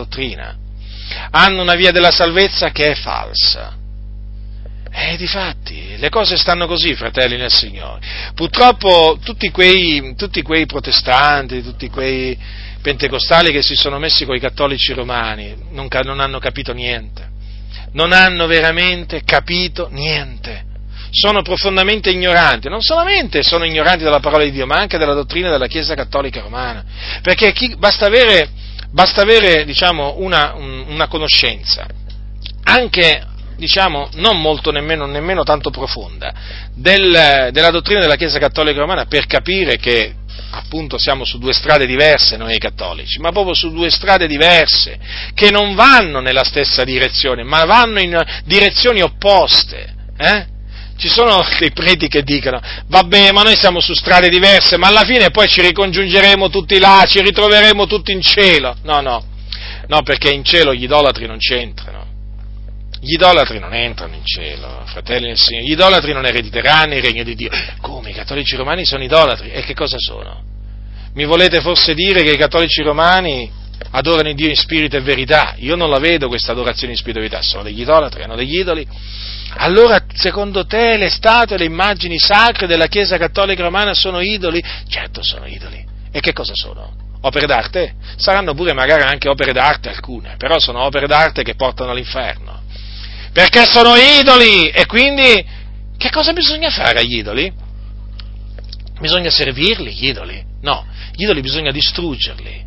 una via della salvezza che è falsa. E difatti, le cose stanno così, fratelli nel Signore. Purtroppo tutti quei protestanti, tutti quei pentecostali che si sono messi con i cattolici romani non hanno capito niente. Non hanno veramente capito niente, sono profondamente ignoranti, non solamente sono ignoranti della parola di Dio, ma anche della dottrina della Chiesa Cattolica Romana, perché basta avere diciamo, una conoscenza, anche diciamo, non molto nemmeno tanto profonda, della dottrina della Chiesa Cattolica Romana per capire che appunto siamo su due strade diverse noi cattolici, ma proprio su due strade diverse, che non vanno nella stessa direzione, ma vanno in direzioni opposte, Ci sono dei preti che dicono, vabbè, ma noi siamo su strade diverse, ma alla fine poi ci ricongiungeremo tutti là, ci ritroveremo tutti in cielo. No, perché in cielo gli idolatri non c'entrano. Gli idolatri non entrano in cielo, fratelli del Signore, gli idolatri non erediteranno il regno di Dio. Come, i cattolici romani sono idolatri? E che cosa sono? Mi volete forse dire che i cattolici romani adorano il Dio in spirito e verità? Io non la vedo questa adorazione in spirito e verità, sono degli idolatri, hanno degli idoli. Allora, secondo te, le statue, le immagini sacre della Chiesa Cattolica Romana sono idoli? Certo sono idoli. E che cosa sono? Opere d'arte? Saranno pure magari anche opere d'arte alcune, però sono opere d'arte che portano all'inferno. Perché sono idoli, e quindi che cosa bisogna fare agli idoli? Bisogna servirli, gli idoli? No, gli idoli bisogna distruggerli!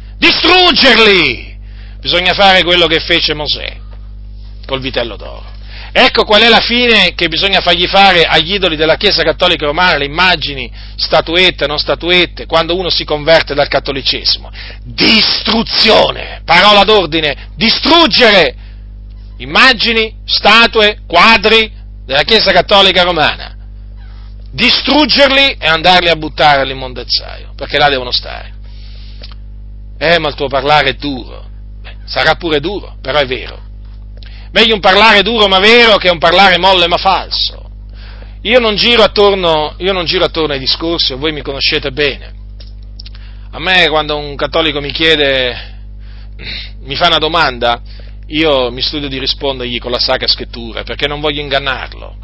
Bisogna fare quello che fece Mosè col vitello d'oro. Ecco qual è la fine che bisogna fargli fare agli idoli della Chiesa Cattolica Romana, le immagini, statuette, non statuette, quando uno si converte dal cattolicesimo. Distruzione! Parola d'ordine, distruggere! Immagini, statue, quadri della Chiesa Cattolica Romana, distruggerli e andarli a buttare all'immondezzaio, perché là devono stare. Ma il tuo parlare è duro. Sarà pure duro, però è vero. Meglio un parlare duro ma vero che un parlare molle ma falso. Io non giro attorno ai discorsi, voi mi conoscete bene. A me quando un cattolico mi fa una domanda, io mi studio di rispondergli con la Sacra Scrittura, perché non voglio ingannarlo.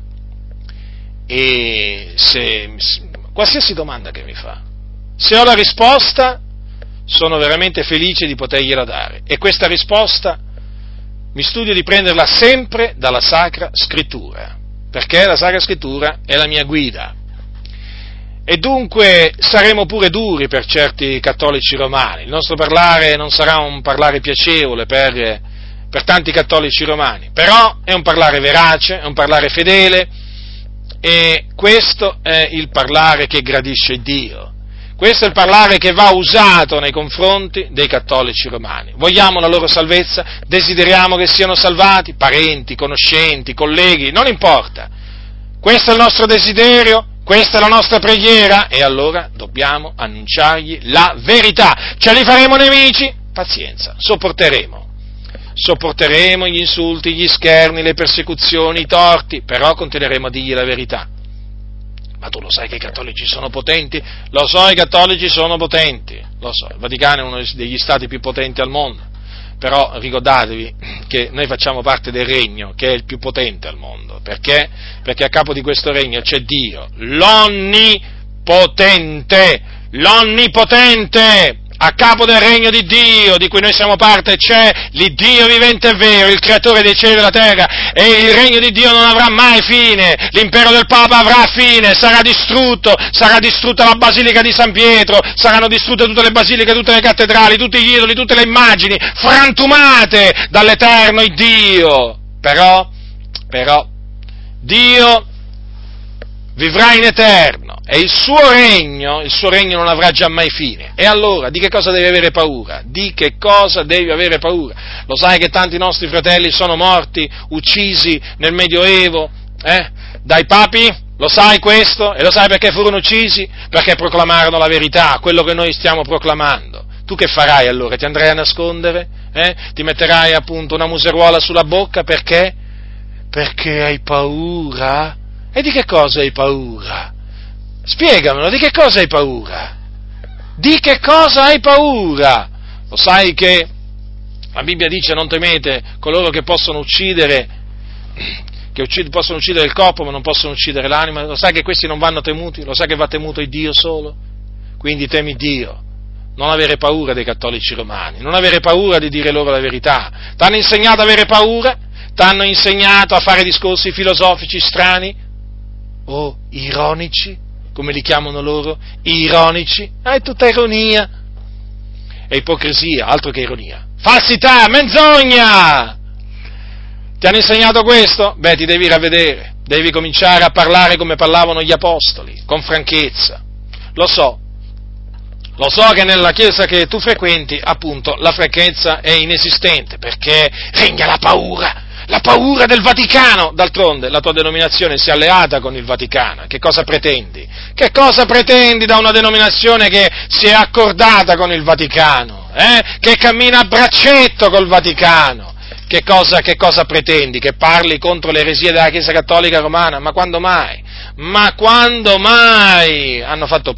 E qualsiasi domanda che mi fa, se ho la risposta, sono veramente felice di potergliela dare. E questa risposta mi studio di prenderla sempre dalla Sacra Scrittura, perché la Sacra Scrittura è la mia guida. E dunque saremo pure duri per certi cattolici romani. Il nostro parlare non sarà un parlare piacevole per tanti cattolici romani, però è un parlare verace, è un parlare fedele, e questo è il parlare che gradisce Dio. Questo è il parlare che va usato nei confronti dei cattolici romani. Vogliamo la loro salvezza? Desideriamo che siano salvati? Parenti, conoscenti, colleghi, non importa. Questo è il nostro desiderio, questa è la nostra preghiera, e allora dobbiamo annunciargli la verità. Ce li faremo nemici? Pazienza, sopporteremo gli insulti, gli scherni, le persecuzioni, i torti, però continueremo a dirgli la verità. Ma tu lo sai che i cattolici sono potenti? Lo so, i cattolici sono potenti, lo so, il Vaticano è uno degli stati più potenti al mondo, però ricordatevi che noi facciamo parte del regno che è il più potente al mondo, perché a capo di questo regno c'è Dio, l'Onnipotente, l'Onnipotente, a capo del regno di Dio, di cui noi siamo parte, c'è l'Iddio vivente e vero, il creatore dei cieli e della terra, e il regno di Dio non avrà mai fine, l'impero del Papa avrà fine, sarà distrutta la Basilica di San Pietro, saranno distrutte tutte le basiliche, tutte le cattedrali, tutti gli idoli, tutte le immagini, frantumate dall'eterno Iddio. Però, Dio vivrà in eterno e il suo regno non avrà già mai fine. E allora, di che cosa devi avere paura? Di che cosa devi avere paura? Lo sai che tanti nostri fratelli sono morti, uccisi nel Medioevo, dai papi? Lo sai questo? E lo sai perché furono uccisi? Perché proclamarono la verità, quello che noi stiamo proclamando. Tu che farai allora? Ti andrai a nascondere? Ti metterai appunto una museruola sulla bocca perché? Perché hai paura? E di che cosa hai paura? Spiegamelo, di che cosa hai paura? Di che cosa hai paura? Lo sai che la Bibbia dice non temete coloro che possono uccidere il corpo ma non possono uccidere l'anima? Lo sai che questi non vanno temuti? Lo sai che va temuto il Dio solo? Quindi temi Dio. Non avere paura dei cattolici romani, non avere paura di dire loro la verità. T'hanno insegnato ad avere paura? T'hanno insegnato a fare discorsi filosofici strani? O ironici, come li chiamano loro, ironici, è tutta ironia, è ipocrisia, altro che ironia, falsità, menzogna, ti hanno insegnato questo? Beh, ti devi ravvedere, devi cominciare a parlare come parlavano gli apostoli, con franchezza, lo so che nella chiesa che tu frequenti, appunto, la franchezza è inesistente, perché regna la paura del Vaticano. D'altronde la tua denominazione si è alleata con il Vaticano. Che cosa pretendi? Che cosa pretendi da una denominazione che si è accordata con il Vaticano? Che cammina a braccetto col Vaticano? Che cosa pretendi? Che parli contro le eresie della Chiesa Cattolica Romana? Ma quando mai? Hanno fatto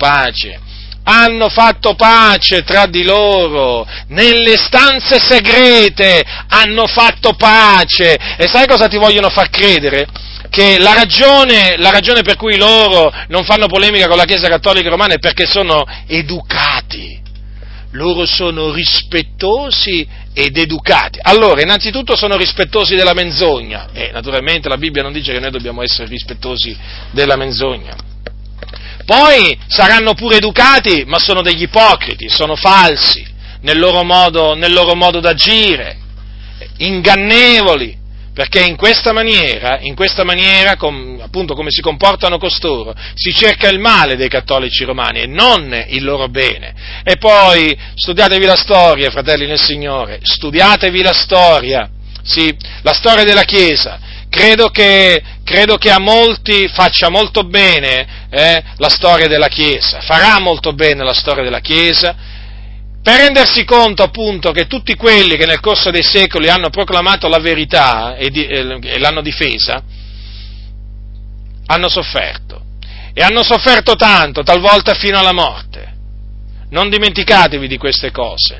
pace tra di loro, nelle stanze segrete hanno fatto pace. E sai cosa ti vogliono far credere? Che la ragione per cui loro non fanno polemica con la Chiesa Cattolica Romana è perché sono educati. Loro sono rispettosi ed educati. Allora, innanzitutto sono rispettosi della menzogna. Naturalmente la Bibbia non dice che noi dobbiamo essere rispettosi della menzogna. Poi saranno pure educati, ma sono degli ipocriti, sono falsi nel loro modo d'agire, ingannevoli, perché in questa maniera, appunto come si comportano costoro, si cerca il male dei cattolici romani e non il loro bene. E poi studiatevi la storia, fratelli nel Signore, studiatevi la storia, sì, la storia della Chiesa. Credo che a molti faccia molto bene la storia della Chiesa, farà molto bene la storia della Chiesa, per rendersi conto appunto che tutti quelli che nel corso dei secoli hanno proclamato la verità e l'hanno difesa, hanno sofferto, e hanno sofferto tanto, talvolta fino alla morte. Non dimenticatevi di queste cose,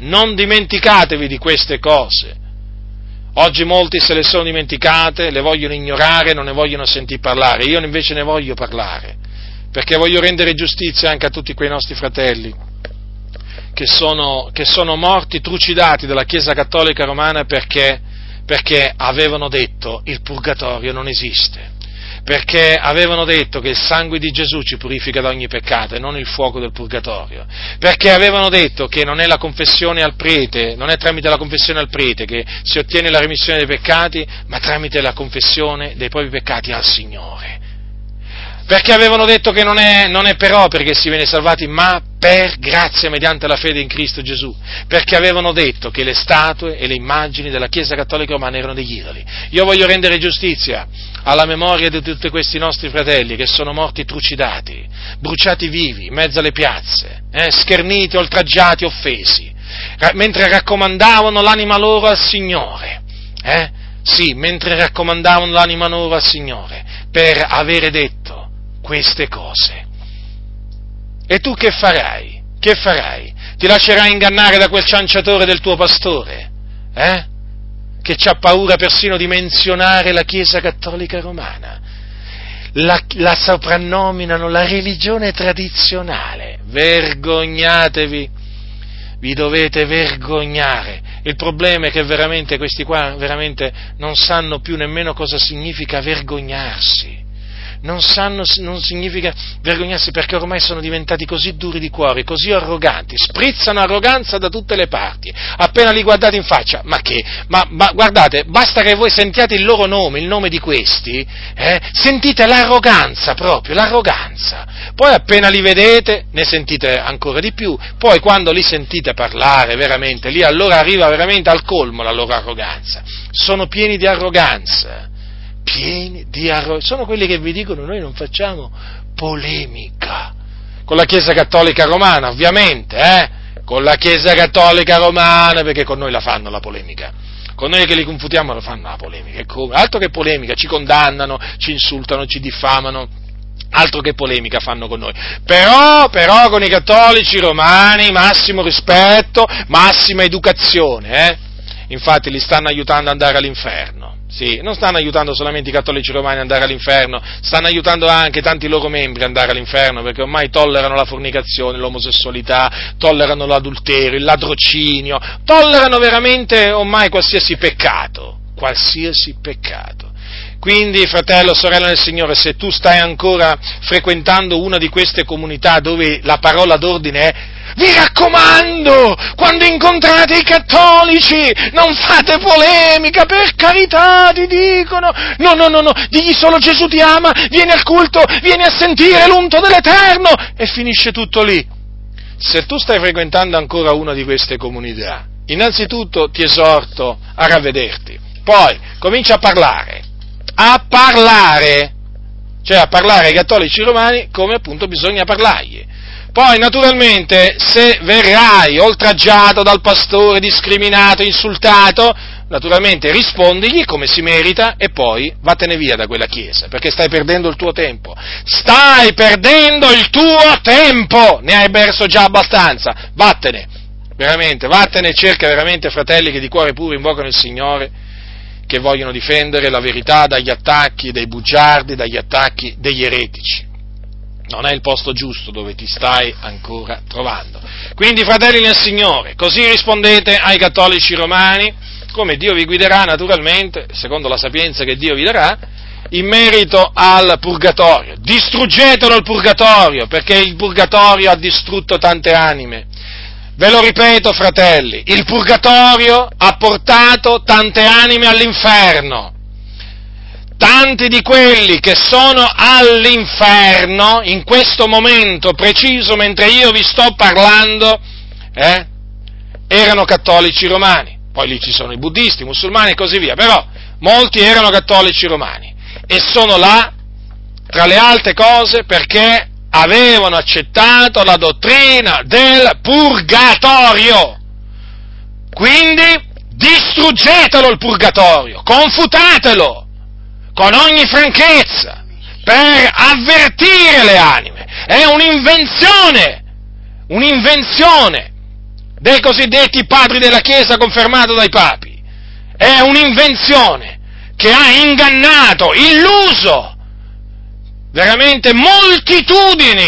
Oggi molti se le sono dimenticate, le vogliono ignorare, non ne vogliono sentir parlare. Io invece ne voglio parlare, perché voglio rendere giustizia anche a tutti quei nostri fratelli che sono morti trucidati dalla Chiesa Cattolica Romana perché avevano detto il purgatorio non esiste, perché avevano detto che il sangue di Gesù ci purifica da ogni peccato e non il fuoco del purgatorio, perché avevano detto che non è la confessione al prete, non è tramite la confessione al prete che si ottiene la remissione dei peccati, ma tramite la confessione dei propri peccati al Signore. Perché avevano detto che non è per opere che si viene salvati, ma per grazia mediante la fede in Cristo Gesù, perché avevano detto che le statue e le immagini della Chiesa Cattolica Romana erano degli idoli. Io voglio rendere giustizia alla memoria di tutti questi nostri fratelli che sono morti trucidati, bruciati vivi in mezzo alle piazze, scherniti, oltraggiati, offesi, mentre raccomandavano l'anima loro al Signore, sì, mentre raccomandavano l'anima loro al Signore, per avere detto queste cose. E tu che farai? Che farai? Ti lascerai ingannare da quel cianciatore del tuo pastore? Che c'ha paura persino di menzionare la Chiesa Cattolica Romana? la soprannominano la religione tradizionale. Vergognatevi, vi dovete vergognare. Il problema è che veramente questi qua veramente non sanno più nemmeno cosa significa vergognarsi. Non significa vergognarsi, perché ormai sono diventati così duri di cuore, così arroganti, sprizzano arroganza da tutte le parti. Appena li guardate in faccia, ma guardate, basta che voi sentiate il loro nome, il nome di questi, sentite l'arroganza proprio, l'arroganza. Poi appena li vedete ne sentite ancora di più, poi quando li sentite parlare veramente, lì allora arriva veramente al colmo la loro arroganza. Sono pieni di arroganza. Sono quelli che vi dicono: noi non facciamo polemica con la Chiesa Cattolica Romana, ovviamente, con la Chiesa Cattolica Romana, perché con noi la fanno la polemica, con noi che li confutiamo la fanno la polemica, e come? Altro che polemica, ci condannano, ci insultano, ci diffamano, altro che polemica fanno con noi, però con i cattolici romani massimo rispetto, massima educazione, infatti li stanno aiutando ad andare all'inferno. Sì, non stanno aiutando solamente i cattolici romani ad andare all'inferno, stanno aiutando anche tanti loro membri ad andare all'inferno, perché ormai tollerano la fornicazione, l'omosessualità, tollerano l'adulterio, il ladrocinio, tollerano veramente ormai qualsiasi peccato. Quindi, fratello, sorella nel Signore, se tu stai ancora frequentando una di queste comunità dove la parola d'ordine è: vi raccomando, quando incontrate i cattolici, non fate polemica, per carità, ti dicono, no, digli solo Gesù ti ama, vieni al culto, vieni a sentire l'unto dell'Eterno, e finisce tutto lì. Se tu stai frequentando ancora una di queste comunità, innanzitutto ti esorto a ravvederti, poi comincia a parlare ai cattolici romani come appunto bisogna parlargli. Poi naturalmente se verrai oltraggiato dal pastore, discriminato, insultato, naturalmente rispondigli come si merita e poi vattene via da quella chiesa, perché stai perdendo il tuo tempo. Ne hai perso già abbastanza, vattene, cerca veramente fratelli che di cuore puro invocano il Signore, che vogliono difendere la verità dagli attacchi dei bugiardi, dagli attacchi degli eretici. Non è il posto giusto dove ti stai ancora trovando. Quindi, fratelli nel Signore, così rispondete ai cattolici romani, come Dio vi guiderà naturalmente, secondo la sapienza che Dio vi darà, in merito al purgatorio. Distruggetelo il purgatorio, perché il purgatorio ha distrutto tante anime. Ve lo ripeto, fratelli, il purgatorio ha portato tante anime all'inferno. Tanti di quelli che sono all'inferno, in questo momento preciso, mentre io vi sto parlando, erano cattolici romani. Poi lì ci sono i buddisti, i musulmani e così via, però molti erano cattolici romani e sono là, tra le altre cose, perché avevano accettato la dottrina del purgatorio. Quindi distruggetelo il purgatorio, confutatelo con ogni franchezza, per avvertire le anime. È un'invenzione dei cosiddetti padri della Chiesa, confermato dai papi. È un'invenzione che ha ingannato, illuso, veramente moltitudini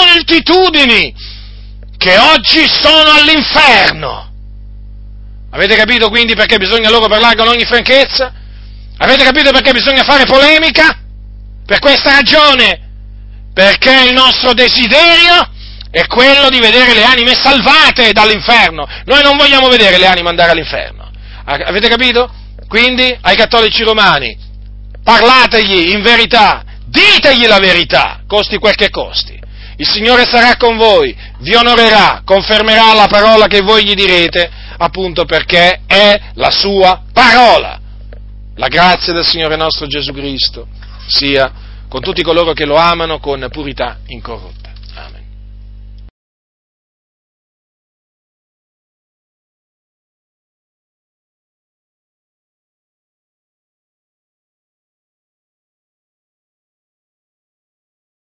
che oggi sono all'inferno. Avete capito quindi perché bisogna loro parlare con ogni franchezza? Avete capito perché bisogna fare polemica? Per questa ragione, perché il nostro desiderio è quello di vedere le anime salvate dall'inferno. Noi non vogliamo vedere le anime andare all'inferno. Avete capito? Quindi ai cattolici romani parlategli in verità, ditegli la verità, costi quel che costi. Il Signore sarà con voi, vi onorerà, confermerà la parola che voi gli direte, appunto perché è la sua parola. La grazia del Signore nostro Gesù Cristo sia con tutti coloro che lo amano con purità incorrotta. Amen.